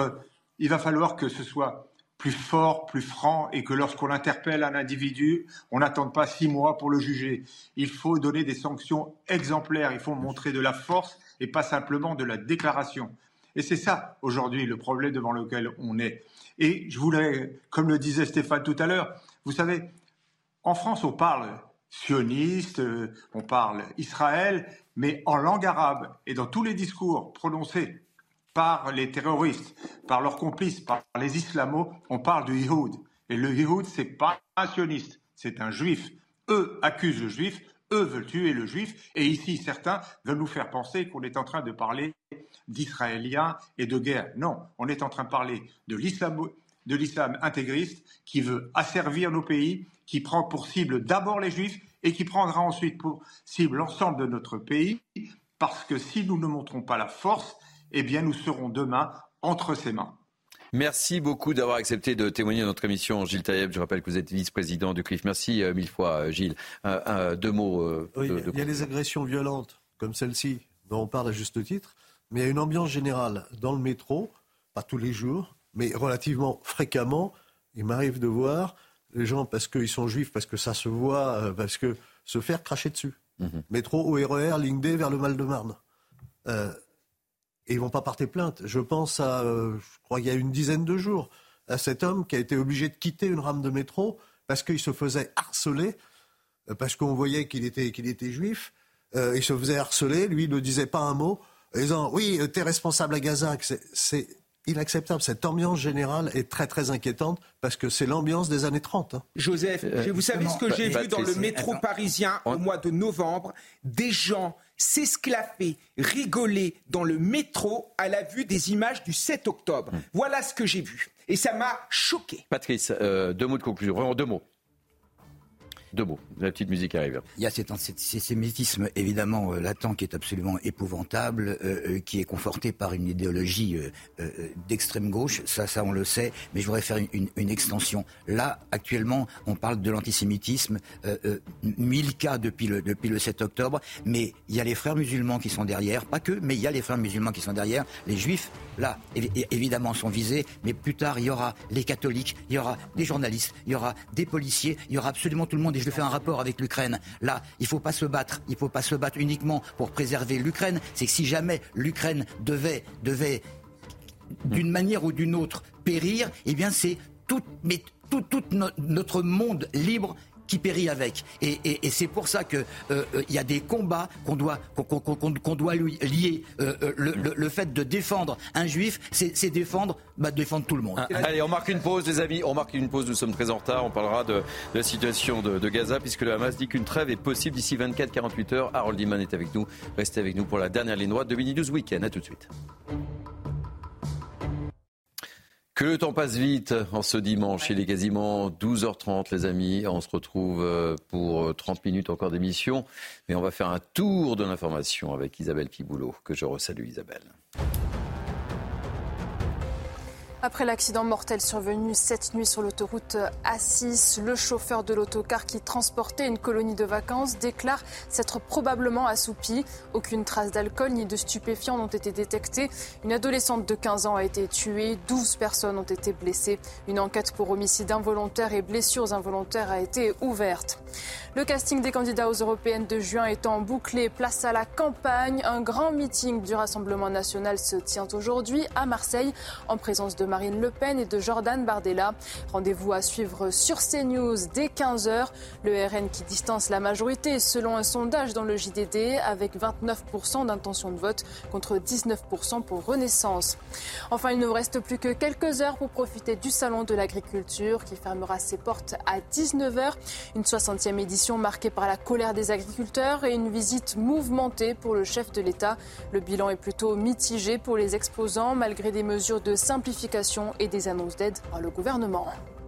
que ce soit plus fort, plus franc, et que lorsqu'on interpelle un individu, on n'attende pas 6 mois pour le juger. Il faut donner des sanctions exemplaires, il faut montrer de la force et pas simplement de la déclaration. Et c'est ça, aujourd'hui, le problème devant lequel on est. Et je voulais, comme le disait Stéphane tout à l'heure, vous savez, en France, on parle sioniste, on parle Israël, mais en langue arabe et dans tous les discours prononcés par les terroristes, par leurs complices, par les islamos, on parle du Yihoud. Et le Yihoud, c'est pas un sioniste, c'est un juif. Eux accusent le juif, eux veulent tuer le juif, et ici, certains veulent nous faire penser qu'on est en train de parler d'Israéliens et de guerre. Non, on est en train de parler de l'islam intégriste qui veut asservir nos pays, qui prend pour cible d'abord les juifs et qui prendra ensuite pour cible l'ensemble de notre pays, parce que si nous ne montrons pas la force, eh bien, nous serons demain entre ses mains. Merci beaucoup d'avoir accepté de témoigner à notre émission, Gilles Taïeb. Je rappelle que vous êtes vice-président du CRIF. Merci 1000 fois, Gilles. 2 mots. Il y a les agressions violentes, comme celle-ci, dont on parle à juste titre, mais il y a une ambiance générale dans le métro, pas tous les jours, mais relativement fréquemment. Il m'arrive de voir les gens, parce qu'ils sont juifs, parce que ça se voit, parce que se faire cracher dessus. Métro au RER, ligne D vers le Val-de-Marne. Et ils ne vont pas porter plainte. Je pense à, je crois il y a une dizaine de jours, à cet homme qui a été obligé de quitter une rame de métro parce qu'il se faisait harceler, parce qu'on voyait qu'il était juif. Il se faisait harceler, lui, il ne disait pas un mot, en disant « Oui, t'es responsable à Gaza ». C'est inacceptable. Cette ambiance générale est très, très inquiétante parce que c'est l'ambiance des années 30. Hein. Joseph, vous savez ce que j'ai vu dans le métro parisien au mois de novembre ? Des gens s'esclaffer, rigoler dans le métro à la vue des images du 7 octobre. Voilà ce que j'ai vu. Et ça m'a choqué. Patrice, 2 mots de conclusion. Vraiment 2 mots. 2 mots. La petite musique arrive. Il y a cet antisémitisme évidemment latent qui est absolument épouvantable, qui est conforté par une idéologie d'extrême gauche, ça on le sait, mais je voudrais faire une extension. Là, actuellement, on parle de l'antisémitisme, 1000 cas depuis le 7 octobre, mais il y a les frères musulmans qui sont derrière, pas que, mais il y a les frères musulmans qui sont derrière, les juifs, là, évidemment, sont visés, mais plus tard, il y aura les catholiques, il y aura des journalistes, il y aura des policiers, il y aura absolument tout le monde. Et je fais un rapport avec l'Ukraine. Là, il ne faut pas se battre uniquement pour préserver l'Ukraine. C'est que si jamais l'Ukraine devait d'une manière ou d'une autre périr, eh bien c'est tout notre monde libre qui périt avec. Et c'est pour ça que y a des combats qu'on doit lier. Le fait de défendre un juif, c'est défendre tout le monde. Allez, on marque une pause, les amis. On marque une pause. Nous sommes très en retard. On parlera de la situation de Gaza, puisque le Hamas dit qu'une trêve est possible d'ici 24-48 heures. Harold Iman est avec nous. Restez avec nous pour la dernière ligne droite de Mini News Weekend. À tout de suite. Que le temps passe vite en ce dimanche. Il est quasiment 12h30, les amis. On se retrouve pour 30 minutes encore d'émission. Mais on va faire un tour de l'information avec Isabelle Piboulot, que je resalue, Isabelle. Après l'accident mortel survenu cette nuit sur l'autoroute A6, le chauffeur de l'autocar qui transportait une colonie de vacances déclare s'être probablement assoupi. Aucune trace d'alcool ni de stupéfiants n'ont été détectées. Une adolescente de 15 ans a été tuée, 12 personnes ont été blessées. Une enquête pour homicide involontaire et blessures involontaires a été ouverte. Le casting des candidats aux européennes de juin étant bouclé, place à la campagne. Un grand meeting du Rassemblement national se tient aujourd'hui à Marseille en présence de Marine Le Pen et de Jordan Bardella. Rendez-vous à suivre sur CNews dès 15h. Le RN qui distance la majorité selon un sondage dans le JDD avec 29% d'intention de vote contre 19% pour Renaissance. Enfin, il ne vous reste plus que quelques heures pour profiter du Salon de l'agriculture qui fermera ses portes à 19h. Une 60e édition marquée par la colère des agriculteurs et une visite mouvementée pour le chef de l'État. Le bilan est plutôt mitigé pour les exposants malgré des mesures de simplification et des annonces d'aide par le gouvernement.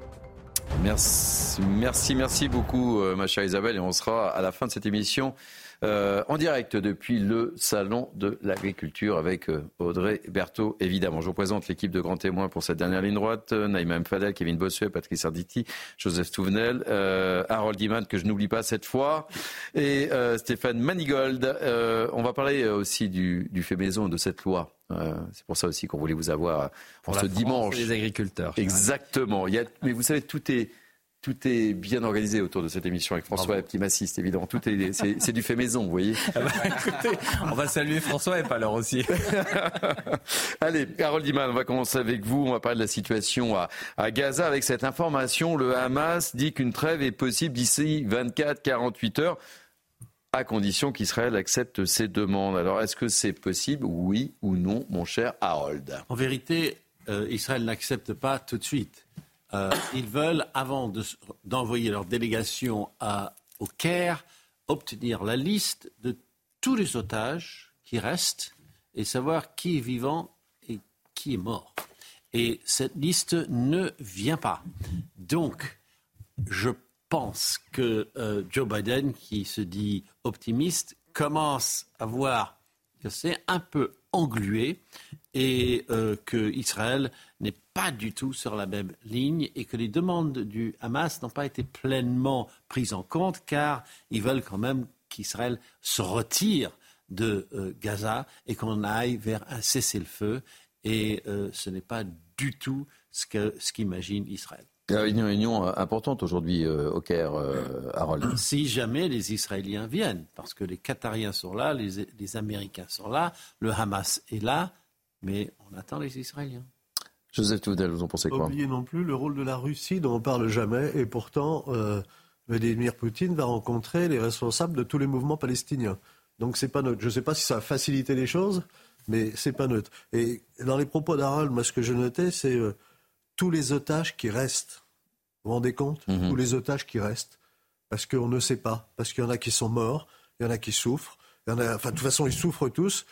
Merci beaucoup, ma chère Isabelle. Et on sera à la fin de cette émission en direct depuis le Salon de l'Agriculture avec Audrey Berthaud, évidemment. Je vous présente l'équipe de grands témoins pour cette dernière ligne droite. Naïma M. Fadel, Kevin Bossuet, Patrice Arditi, Joseph Touvenel, Harold Iman, que je n'oublie pas cette fois, et Stéphane Manigold. On va parler aussi du fait maison, de cette loi. C'est pour ça aussi qu'on voulait vous avoir pour ce dimanche. Les agriculteurs. Exactement. Mais vous savez, tout est bien organisé autour de cette émission avec François Epp qui m'assiste, évidemment. C'est du fait maison, vous voyez. Écoutez, on va saluer François Epp alors aussi. Allez, Harold Iman, on va commencer avec vous. On va parler de la situation à Gaza avec cette information. Le Hamas dit qu'une trêve est possible d'ici 24-48 heures. À condition qu'Israël accepte ses demandes. Alors, est-ce que c'est possible, oui ou non, mon cher Harold ? En vérité, Israël n'accepte pas tout de suite. Ils veulent, avant d'envoyer leur délégation au Caire, obtenir la liste de tous les otages qui restent et savoir qui est vivant et qui est mort. Et cette liste ne vient pas. Donc, je pense que Joe Biden, qui se dit optimiste, commence à voir que c'est un peu englué et que Israël n'est pas du tout sur la même ligne et que les demandes du Hamas n'ont pas été pleinement prises en compte car ils veulent quand même qu'Israël se retire de Gaza et qu'on aille vers un cessez-le-feu et ce n'est pas du tout ce qu'imagine Israël. Il y a une réunion importante aujourd'hui au Caire, Harold. Si jamais les Israéliens viennent, parce que les Qatariens sont là, les Américains sont là, le Hamas est là, mais on attend les Israéliens. Joseph Touvenel, vous en pensez quoi ? N'oubliez non plus le rôle de la Russie dont on ne parle jamais, et pourtant Vladimir Poutine va rencontrer les responsables de tous les mouvements palestiniens. Donc c'est pas neutre. Je ne sais pas si ça a facilité les choses, mais c'est pas neutre. Et dans les propos d'Harold, moi ce que je notais, c'est tous les otages qui restent. Vous vous rendez compte ? Tous les otages qui restent. Parce qu'on ne sait pas. Parce qu'il y en a qui sont morts, il y en a qui souffrent. De toute façon, ils souffrent tous.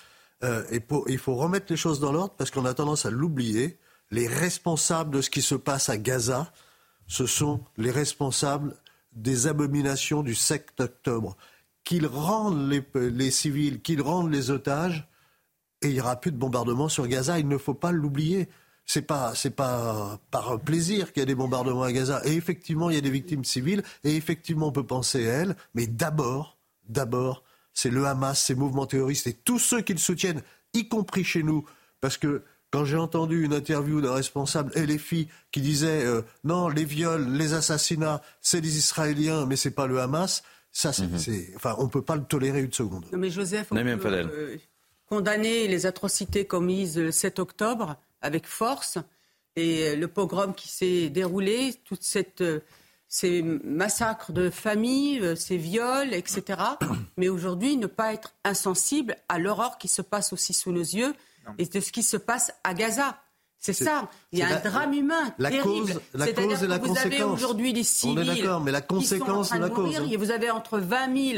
Il faut remettre les choses dans l'ordre parce qu'on a tendance à l'oublier. Les responsables de ce qui se passe à Gaza, ce sont les responsables des abominations du 7 octobre. Qu'ils rendent les civils, qu'ils rendent les otages, et il n'y aura plus de bombardement sur Gaza. Il ne faut pas l'oublier. C'est pas par plaisir qu'il y a des bombardements à Gaza. Et effectivement, il y a des victimes civiles. Et effectivement, on peut penser à elles. Mais d'abord, c'est le Hamas, ces mouvements terroristes et tous ceux qui le soutiennent, y compris chez nous. Parce que quand j'ai entendu une interview d'un responsable LFI qui disait non, les viols, les assassinats, c'est les Israéliens, mais c'est pas le Hamas. Ça, on peut pas le tolérer une seconde. Non, mais Joseph, on peut condamner les atrocités commises le 7 octobre avec force et le pogrom qui s'est déroulé, toute ces massacres de familles, ces viols, etc. Mais aujourd'hui, ne pas être insensible à l'horreur qui se passe aussi sous nos yeux et de ce qui se passe à Gaza. C'est ça. Il y a un drame humain terrible. La cause et la conséquence. Vous avez aujourd'hui des civils. On est d'accord, mais la conséquence de la cause. Et vous avez entre 20 000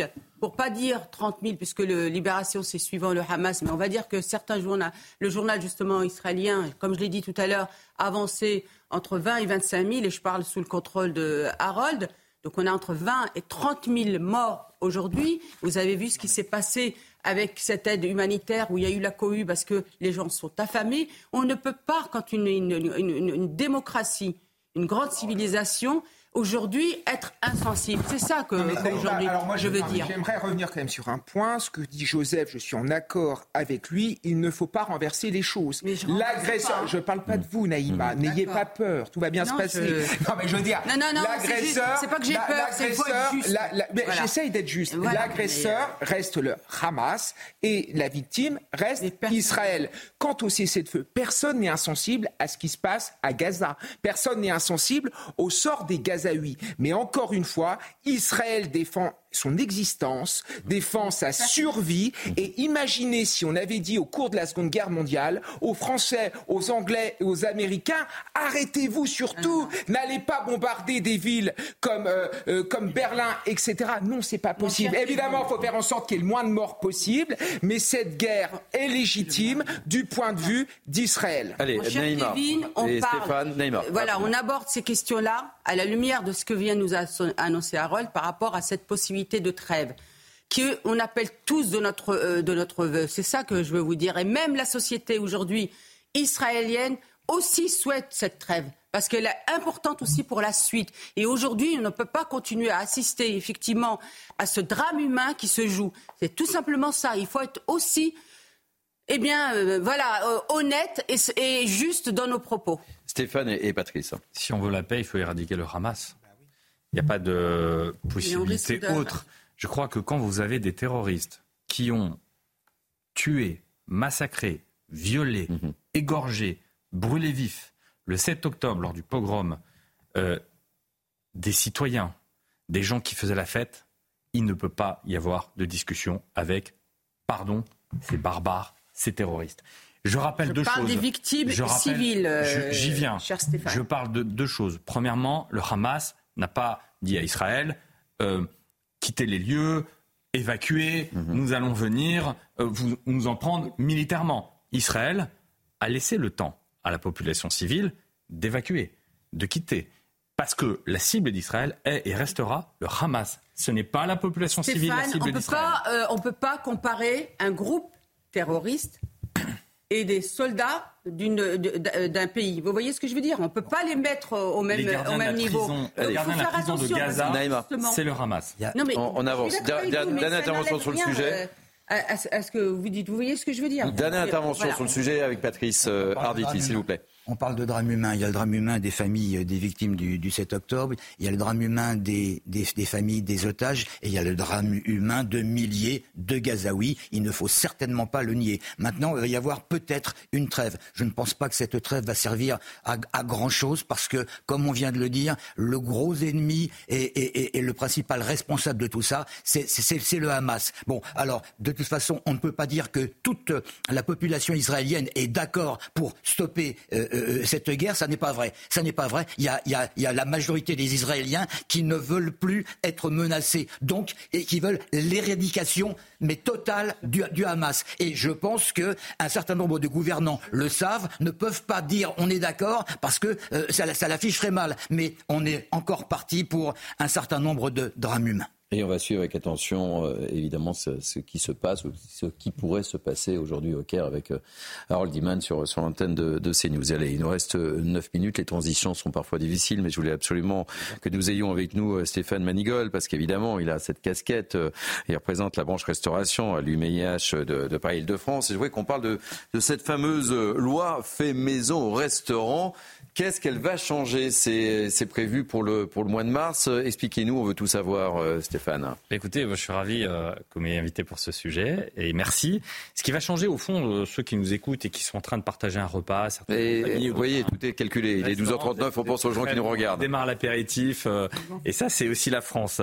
pour pas dire 30 000, puisque Libération c'est suivant le Hamas, mais on va dire que certains le journal justement israélien, comme je l'ai dit tout à l'heure, avançait entre 20 et 25 000, et je parle sous le contrôle de Harold. Donc on a entre 20 et 30 000 morts aujourd'hui. Vous avez vu ce qui s'est passé avec cette aide humanitaire où il y a eu la cohue parce que les gens sont affamés. On ne peut pas, quand une démocratie, une grande civilisation, aujourd'hui, être insensible. C'est ça qu'aujourd'hui, je veux dire. J'aimerais revenir quand même sur un point. Ce que dit Joseph, je suis en accord avec lui. Il ne faut pas renverser les choses. L'agresseur, je ne parle pas de vous, Naïma. N'ayez pas peur. Tout va bien se passer. Non, mais je veux dire, l'agresseur... C'est pas que j'ai peur, c'est qu'il faut être juste. Voilà. J'essaye d'être juste. Voilà, l'agresseur reste le Hamas et la victime reste Israël. Quant au cessez-le-feu, personne n'est insensible à ce qui se passe à Gaza. Personne n'est insensible au sort des Gazaouis. Mais encore une fois, Israël défend son existence, défend sa survie. Et imaginez si on avait dit au cours de la Seconde Guerre mondiale aux Français, aux Anglais et aux Américains, arrêtez-vous surtout, n'allez pas bombarder des villes comme Berlin, etc. Non, c'est pas possible. Évidemment, il faut faire en sorte qu'il y ait le moins de morts possible, mais cette guerre est légitime du point de vue d'Israël. Allez, Naïma et Stéphane, Naïma. Voilà, on aborde ces questions-là à la lumière de ce que vient nous annoncer Harold par rapport à cette possibilité de trêve qu'on appelle tous de notre vœu. C'est ça que je veux vous dire. Et même la société aujourd'hui israélienne aussi souhaite cette trêve parce qu'elle est importante aussi pour la suite. Et aujourd'hui, on ne peut pas continuer à assister effectivement à ce drame humain qui se joue. C'est tout simplement ça. Il faut être aussi honnête et juste dans nos propos. Stéphane et Patrice. Si on veut la paix, il faut éradiquer le Hamas. Il n'y a pas de possibilité autre. Je crois que quand vous avez des terroristes qui ont tué, massacré, violé, égorgé, brûlé vif, le 7 octobre, lors du pogrom, des citoyens, des gens qui faisaient la fête, il ne peut pas y avoir de discussion avec, pardon, ces barbares, ces terroristes. Je rappelle deux choses. Je parle des victimes civiles, j'y viens. Cher Stéphane. Je parle de deux choses. Premièrement, le Hamas n'a pas dit à Israël quittez les lieux, évacuez, nous allons venir nous en prendre militairement. Israël a laissé le temps à la population civile d'évacuer, de quitter. Parce que la cible d'Israël est et restera le Hamas. Ce n'est pas la population civile la cible d'Israël. On ne peut pas comparer un groupe terroriste et des soldats d'un pays. Vous voyez ce que je veux dire ? On ne peut pas les mettre au même niveau. Les gardiens de la prison de Gaza, c'est le Hamas. Non, mais on avance. Dernière intervention sur le sujet. À ce que vous dites. Vous voyez ce que je veux dire ? Dernière intervention sur le sujet avec Patrice Arditi, s'il vous plaît. On parle de drame humain. Il y a le drame humain des familles des victimes du 7 octobre. Il y a le drame humain des familles des otages. Et il y a le drame humain de milliers de Gazaouis. Il ne faut certainement pas le nier. Maintenant, il va y avoir peut-être une trêve. Je ne pense pas que cette trêve va servir à grand-chose parce que, comme on vient de le dire, le gros ennemi et le principal responsable de tout ça, c'est le Hamas. Bon, alors, de toute façon, on ne peut pas dire que toute la population israélienne est d'accord pour stopper cette guerre, ça n'est pas vrai. Ça n'est pas vrai. Il y a la majorité des Israéliens qui ne veulent plus être menacés, donc, et qui veulent l'éradication, mais totale, du Hamas. Et je pense que un certain nombre de gouvernants le savent, ne peuvent pas dire on est d'accord, parce que ça l'afficherait mal. Mais on est encore parti pour un certain nombre de drames humains. Et on va suivre avec attention, évidemment, ce qui se passe, ou ce qui pourrait se passer aujourd'hui au Caire avec Harold Iman sur l'antenne de CNews. Allez, il nous reste 9 minutes. Les transitions sont parfois difficiles, mais je voulais absolument que nous ayons avec nous Stéphane Manigol, parce qu'évidemment, il a cette casquette. Il représente la branche restauration à l'UMIH de Paris-Île-de-France. Et je voudrais qu'on parle de cette fameuse loi fait maison au restaurant. Qu'est-ce qu'elle va changer ? C'est prévu pour le mois de mars. Expliquez-nous, on veut tout savoir, Stéphane. Écoutez, je suis ravi que vous m'ayez invité pour ce sujet et merci. Ce qui va changer, au fond, ceux qui nous écoutent et qui sont en train de partager un repas... Vous voyez, tout est calculé. Il est 12h39, on pense aux gens qui nous regardent. On démarre l'apéritif et ça, c'est aussi la France.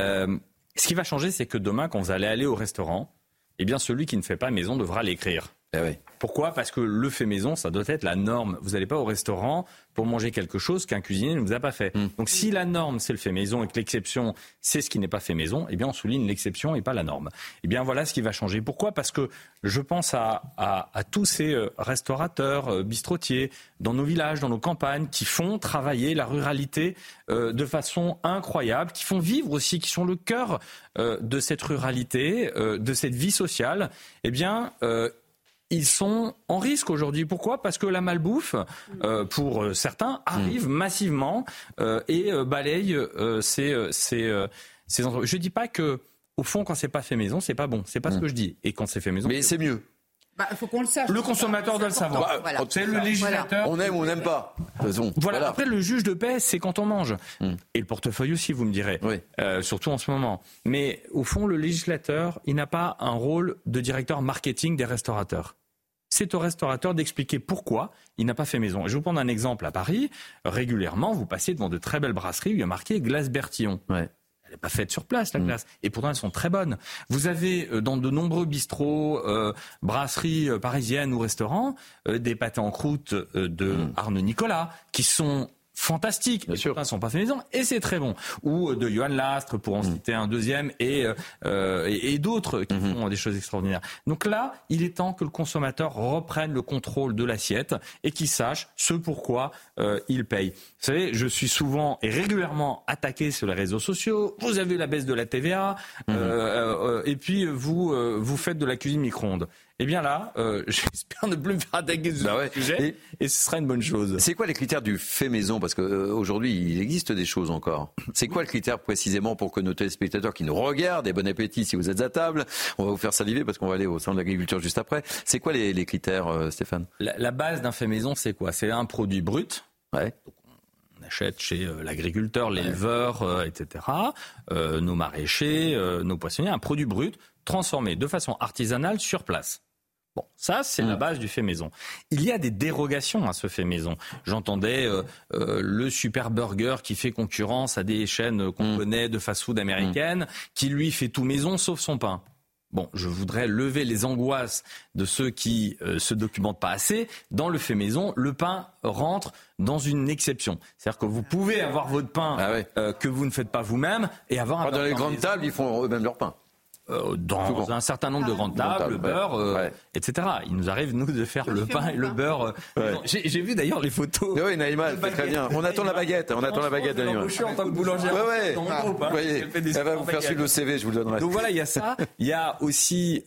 Ce qui va changer, c'est que demain, quand vous allez aller au restaurant, eh bien, celui qui ne fait pas maison devra l'écrire. oui. Pourquoi ? Parce que le fait maison, ça doit être la norme. Vous n'allez pas au restaurant pour manger quelque chose qu'un cuisinier ne vous a pas fait. Donc si la norme, c'est le fait maison et que l'exception, c'est ce qui n'est pas fait maison, eh bien on souligne l'exception et pas la norme. Eh bien voilà ce qui va changer. Pourquoi ? Parce que je pense à tous ces restaurateurs, bistrotiers, dans nos villages, dans nos campagnes, qui font travailler la ruralité de façon incroyable, qui font vivre aussi, qui sont le cœur de cette ruralité, de cette vie sociale. Eh bien... ils sont en risque aujourd'hui. Pourquoi ? Parce que la malbouffe, pour certains, arrive massivement et balaye ces entreprises. Je ne dis pas que, au fond, quand c'est pas fait maison, c'est pas bon. C'est pas ce que je dis. Et quand c'est fait maison, mais c'est mieux. Faut qu'on le sache. Le consommateur doit le savoir. Voilà. C'est le législateur. On aime ou on n'aime pas. Voilà. Après, le juge de paix, c'est quand on mange. Et le portefeuille aussi, vous me direz. Oui. Surtout en ce moment. Mais au fond, le législateur, il n'a pas un rôle de directeur marketing des restaurateurs. C'est au restaurateur d'expliquer pourquoi il n'a pas fait maison. Et je vais vous prendre un exemple à Paris. Régulièrement, vous passez devant de très belles brasseries où il y a marqué glace Bertillon. Ouais. Elle n'est pas faite sur place, la glace. Et pourtant, elles sont très bonnes. Vous avez dans de nombreux bistrots, brasseries parisiennes ou restaurants, des pâtés en croûte de Arnaud Nicolas qui sont fantastiques, bien sûr, ne sont pas fait maison et c'est très bon. Ou de Johann Lastre pour en citer un deuxième et d'autres qui font des choses extraordinaires. Donc là, il est temps que le consommateur reprenne le contrôle de l'assiette et qu'il sache ce pourquoi il paye. Vous savez, je suis souvent et régulièrement attaqué sur les réseaux sociaux. Vous avez la baisse de la TVA et puis vous faites de la cuisine micro-ondes. Eh bien là, j'espère ne plus me faire attaquer sur ce sujet et ce sera une bonne chose. C'est quoi les critères du fait maison ? Parce qu'aujourd'hui, il existe des choses encore. C'est quoi le critère précisément pour que nos téléspectateurs qui nous regardent, et bon appétit si vous êtes à table, on va vous faire saliver parce qu'on va aller au salon de l'agriculture juste après. C'est quoi les critères, Stéphane ? La base d'un fait maison, c'est quoi ? C'est un produit brut. Ouais. On achète chez l'agriculteur, l'éleveur, etc., nos maraîchers, nos poissonniers, un produit brut transformé de façon artisanale sur place. Bon, ça, c'est la base du fait maison. Il y a des dérogations à ce fait maison. J'entendais le super burger qui fait concurrence à des chaînes qu'on connaît de fast-food américaines, qui lui fait tout maison sauf son pain. Bon, je voudrais lever les angoisses de ceux qui se documentent pas assez. Dans le fait maison, le pain rentre dans une exception. C'est-à-dire que vous pouvez avoir votre pain que vous ne faites pas vous-même et avoir un... Dans les grandes tables, ils font eux-mêmes leur pain. Dans un certain nombre de grandes tables, le beurre, etc. Il nous arrive, nous, de faire le pain et le beurre. J'ai vu d'ailleurs les photos. Oui, Naïma, c'est très bien. On attend la baguette. On attend la baguette, Naïma. Je suis en tant que boulangère. Elle va vous faire suivre le CV, je vous le donnerai. Donc voilà, il y a ça. Il y a aussi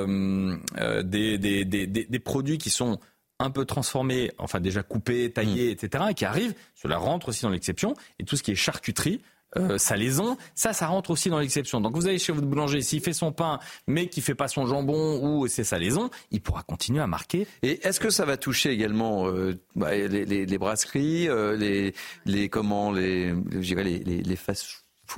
des produits qui sont un peu transformés, enfin déjà coupés, taillés, etc., et qui arrivent. Cela rentre aussi dans l'exception. Et tout ce qui est charcuterie, salaison, ça rentre aussi dans l'exception. Donc vous allez chez votre boulanger, s'il fait son pain, mais qu'il fait pas son jambon ou ses salaisons, il pourra continuer à marquer. Et est-ce que ça va toucher également les brasseries, les fast-food ?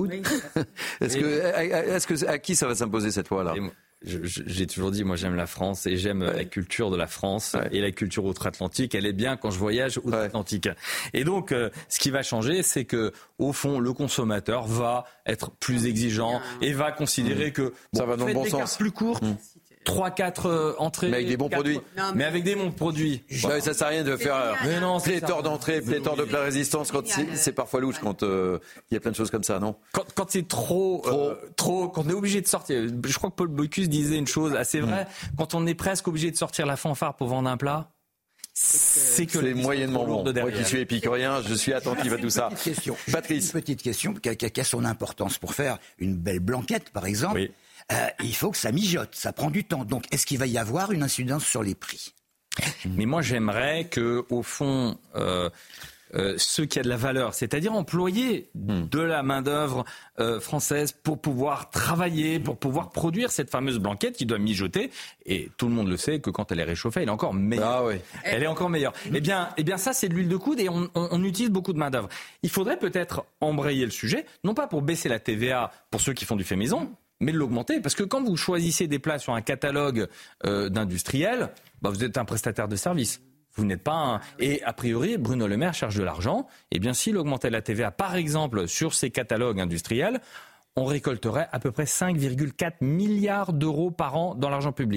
Est-ce que à qui ça va s'imposer cette fois-là ? J'ai toujours dit, moi j'aime la France et j'aime la culture de la France et la culture outre-Atlantique. Elle est bien quand je voyage outre-Atlantique. Et donc, ce qui va changer, c'est que au fond, le consommateur va être plus exigeant et va considérer que ça va dans le bon sens. Plus courtes. 3-4 entrées. Mais avec des bons produits. Mais avec des bons produits. Ça sert à rien de faire pléthore d'entrées, pléthore de plats résistance quand c'est parfois louche, quand il y a plein de choses comme ça, non ? Quand c'est trop, quand on est obligé de sortir. Je crois que Paul Bocuse disait une chose assez vraie. Quand on est presque obligé de sortir la fanfare pour vendre un plat, c'est que c'est moyennement bon. Moi qui suis épicurien, je suis attentif à tout ça. Patrice. Une petite question qui a son importance. Pour faire une belle blanquette, par exemple, il faut que ça mijote, ça prend du temps. Donc, est-ce qu'il va y avoir une incidence sur les prix ? Mais moi, j'aimerais que, au fond, ce qui a de la valeur, c'est-à-dire employer de la main-d'œuvre française pour pouvoir travailler, pour pouvoir produire cette fameuse blanquette qui doit mijoter. Et tout le monde le sait que quand elle est réchauffée, elle est encore meilleure. Elle est encore meilleure. Eh bien, ça, c'est de l'huile de coude et on utilise beaucoup de main-d'œuvre. Il faudrait peut-être embrayer le sujet, non pas pour baisser la TVA pour ceux qui font du fait maison, mais de l'augmenter. Parce que quand vous choisissez des plats sur un catalogue d'industriels, vous êtes un prestataire de service. Vous n'êtes pas Et a priori, Bruno Le Maire cherche de l'argent. Eh bien, s'il augmentait la TVA, par exemple, sur ces catalogues industriels, on récolterait à peu près 5,4 milliards d'euros par an dans l'argent public.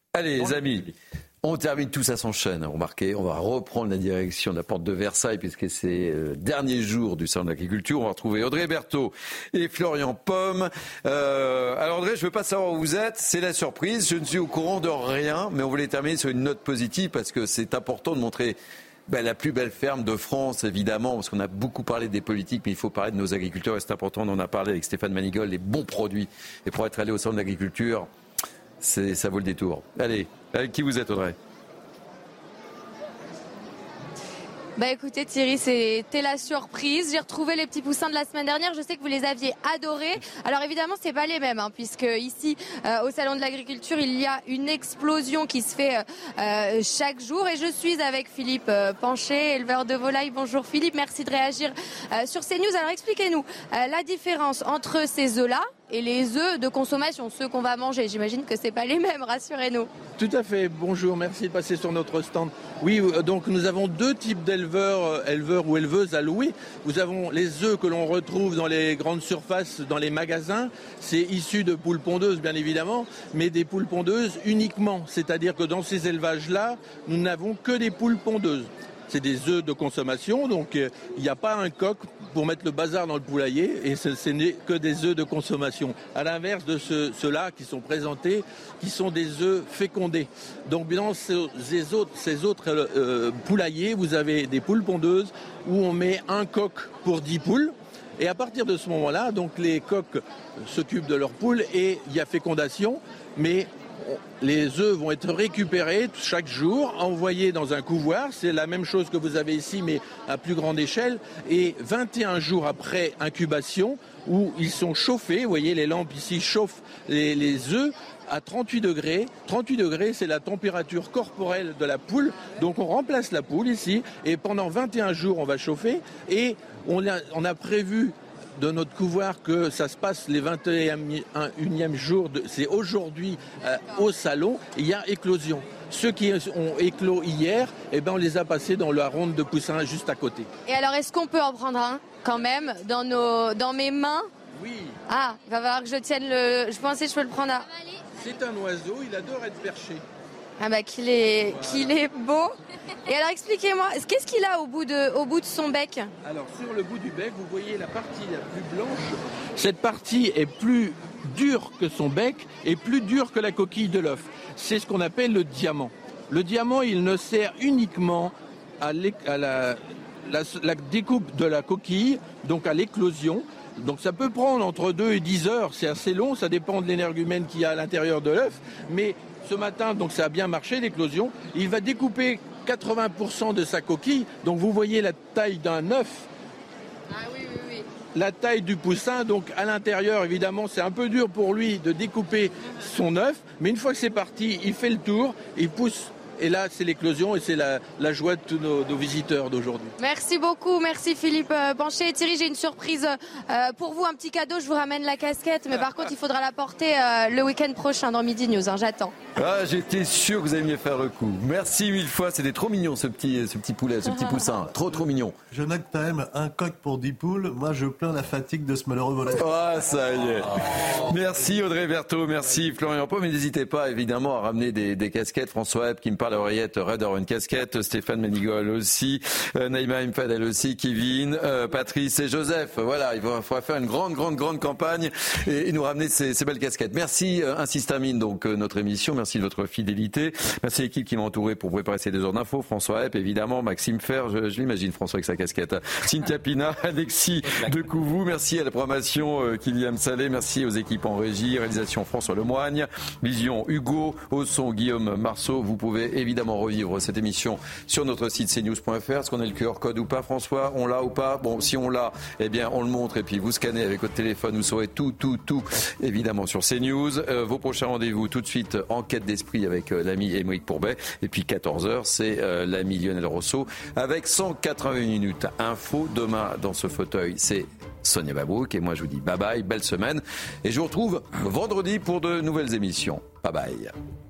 Allez, les amis. On termine, tout ça s'enchaîne. Remarquez, on va reprendre la direction de la porte de Versailles puisque c'est le dernier jour du Salon de l'Agriculture. On va retrouver Audrey Berthaud et Florian Paume. Alors Audrey, je ne veux pas savoir où vous êtes. C'est la surprise. Je ne suis au courant de rien. Mais on voulait terminer sur une note positive parce que c'est important de montrer la plus belle ferme de France, évidemment, parce qu'on a beaucoup parlé des politiques, mais il faut parler de nos agriculteurs. Et c'est important, on en a parlé avec Stéphane Manigol, les bons produits. Et pour être allé au Salon de l'Agriculture, ça vaut le détour. Allez, avec qui vous êtes, Audrey ? Écoutez Thierry, c'était la surprise. J'ai retrouvé les petits poussins de la semaine dernière. Je sais que vous les aviez adorés. Alors évidemment, c'est pas les mêmes, puisque ici, au Salon de l'Agriculture, il y a une explosion qui se fait chaque jour. Et je suis avec Philippe Pancher, éleveur de volailles. Bonjour Philippe, merci de réagir sur CNews. Alors expliquez-nous la différence entre ces œufs-là et les œufs de consommation, ceux qu'on va manger. J'imagine que c'est pas les mêmes, rassurez-nous. Tout à fait. Bonjour, merci de passer sur notre stand. Oui, donc nous avons deux types éleveurs ou éleveuses à louer. Nous avons les œufs que l'on retrouve dans les grandes surfaces, dans les magasins. C'est issu de poules pondeuses, bien évidemment, mais des poules pondeuses uniquement. C'est-à-dire que dans ces élevages-là, nous n'avons que des poules pondeuses. C'est des œufs de consommation, donc il n'y a pas un coq pour mettre le bazar dans le poulailler, et ce n'est que des œufs de consommation. À l'inverse de ceux-là qui sont présentés, qui sont des œufs fécondés. Donc dans ces autres poulaillers, vous avez des poules pondeuses où on met un coq pour 10 poules. Et à partir de ce moment-là, donc les coqs s'occupent de leurs poules et il y a fécondation, mais les œufs vont être récupérés chaque jour, envoyés dans un couvoir. C'est la même chose que vous avez ici, mais à plus grande échelle. Et 21 jours après incubation, où ils sont chauffés, vous voyez les lampes ici chauffent les œufs à 38 degrés. 38 degrés, c'est la température corporelle de la poule. Donc on remplace la poule ici, et pendant 21 jours, on va chauffer. Et on a prévu de notre couvoir que ça se passe les 21e jours, c'est aujourd'hui au salon, il y a éclosion. Ceux qui ont éclos hier, on les a passés dans la ronde de poussins juste à côté. Et alors, est-ce qu'on peut en prendre un quand même dans mes mains ? Oui. Ah, il va falloir que je tienne le... Je pensais que je peux le prendre à... C'est un oiseau, il adore être perché. Qu'il est beau. Et alors expliquez-moi, qu'est-ce qu'il a au bout de son bec ? Alors sur le bout du bec, vous voyez la partie la plus blanche. Cette partie est plus dure que son bec et plus dure que la coquille de l'œuf. C'est ce qu'on appelle le diamant. Le diamant, il ne sert uniquement à la découpe de la coquille, donc à l'éclosion. Donc ça peut prendre entre 2 et 10 heures, c'est assez long, ça dépend de l'énergumène qu'il y a à l'intérieur de l'œuf. Mais ce matin, donc ça a bien marché, l'éclosion. Il va découper 80% de sa coquille. Donc vous voyez la taille d'un œuf. Ah oui. La taille du poussin, donc à l'intérieur, évidemment, c'est un peu dur pour lui de découper son œuf. Mais une fois que c'est parti, il fait le tour, il pousse. Et là, c'est l'éclosion et c'est la joie de tous nos visiteurs d'aujourd'hui. Merci beaucoup, merci Philippe Pancher. Thierry, j'ai une surprise pour vous, un petit cadeau. Je vous ramène la casquette, mais par contre, il faudra la porter le week-end prochain dans Midi News. J'attends. Ah, j'étais sûr que vous alliez mieux faire le coup. Merci 1000 fois, c'était trop mignon ce petit poulet, ce petit poussin. Trop mignon. Je note quand même un coq pour 10 poules. Moi, je plains la fatigue de ce malheureux volaille. Ah, ça y est. Merci Audrey Berthaud, merci Florian Paume. Mais n'hésitez pas évidemment à ramener des casquettes. François Hepp qui me parle à l'oreillette, Red aura une casquette. Stéphane Manigol aussi. Naïma Mfadel aussi. Kevin, Patrice et Joseph. Voilà, il faudra faire une grande campagne et nous ramener ces belles casquettes. Merci, ainsi se termine donc notre émission. Merci de votre fidélité. Merci à l'équipe qui m'a entouré pour préparer ces 2 heures d'infos. François Hepp, évidemment. Maxime Fer, je l'imagine François avec sa casquette. Cynthia Pina, Alexis Decouvou. Merci à la programmation Kylian Salé. Merci aux équipes en régie. Réalisation François Lemoigne. Vision Hugo. Au son Guillaume Marceau. Vous pouvez évidemment revivre cette émission sur notre site cnews.fr. Est-ce qu'on a le QR code ou pas, François? On l'a ou pas? Bon, si on l'a, eh bien, on le montre et puis vous scannez avec votre téléphone. Vous saurez tout, évidemment, sur CNews. Vos prochains rendez-vous, tout de suite, Enquête d'esprit avec l'ami Émeric Pourbet. Et puis, 14h, c'est l'ami Lionel Rousseau avec 180 minutes info. Demain, dans ce fauteuil, c'est Sonia Mabrouk. Et moi, je vous dis bye bye, belle semaine. Et je vous retrouve vendredi pour de nouvelles émissions. Bye bye.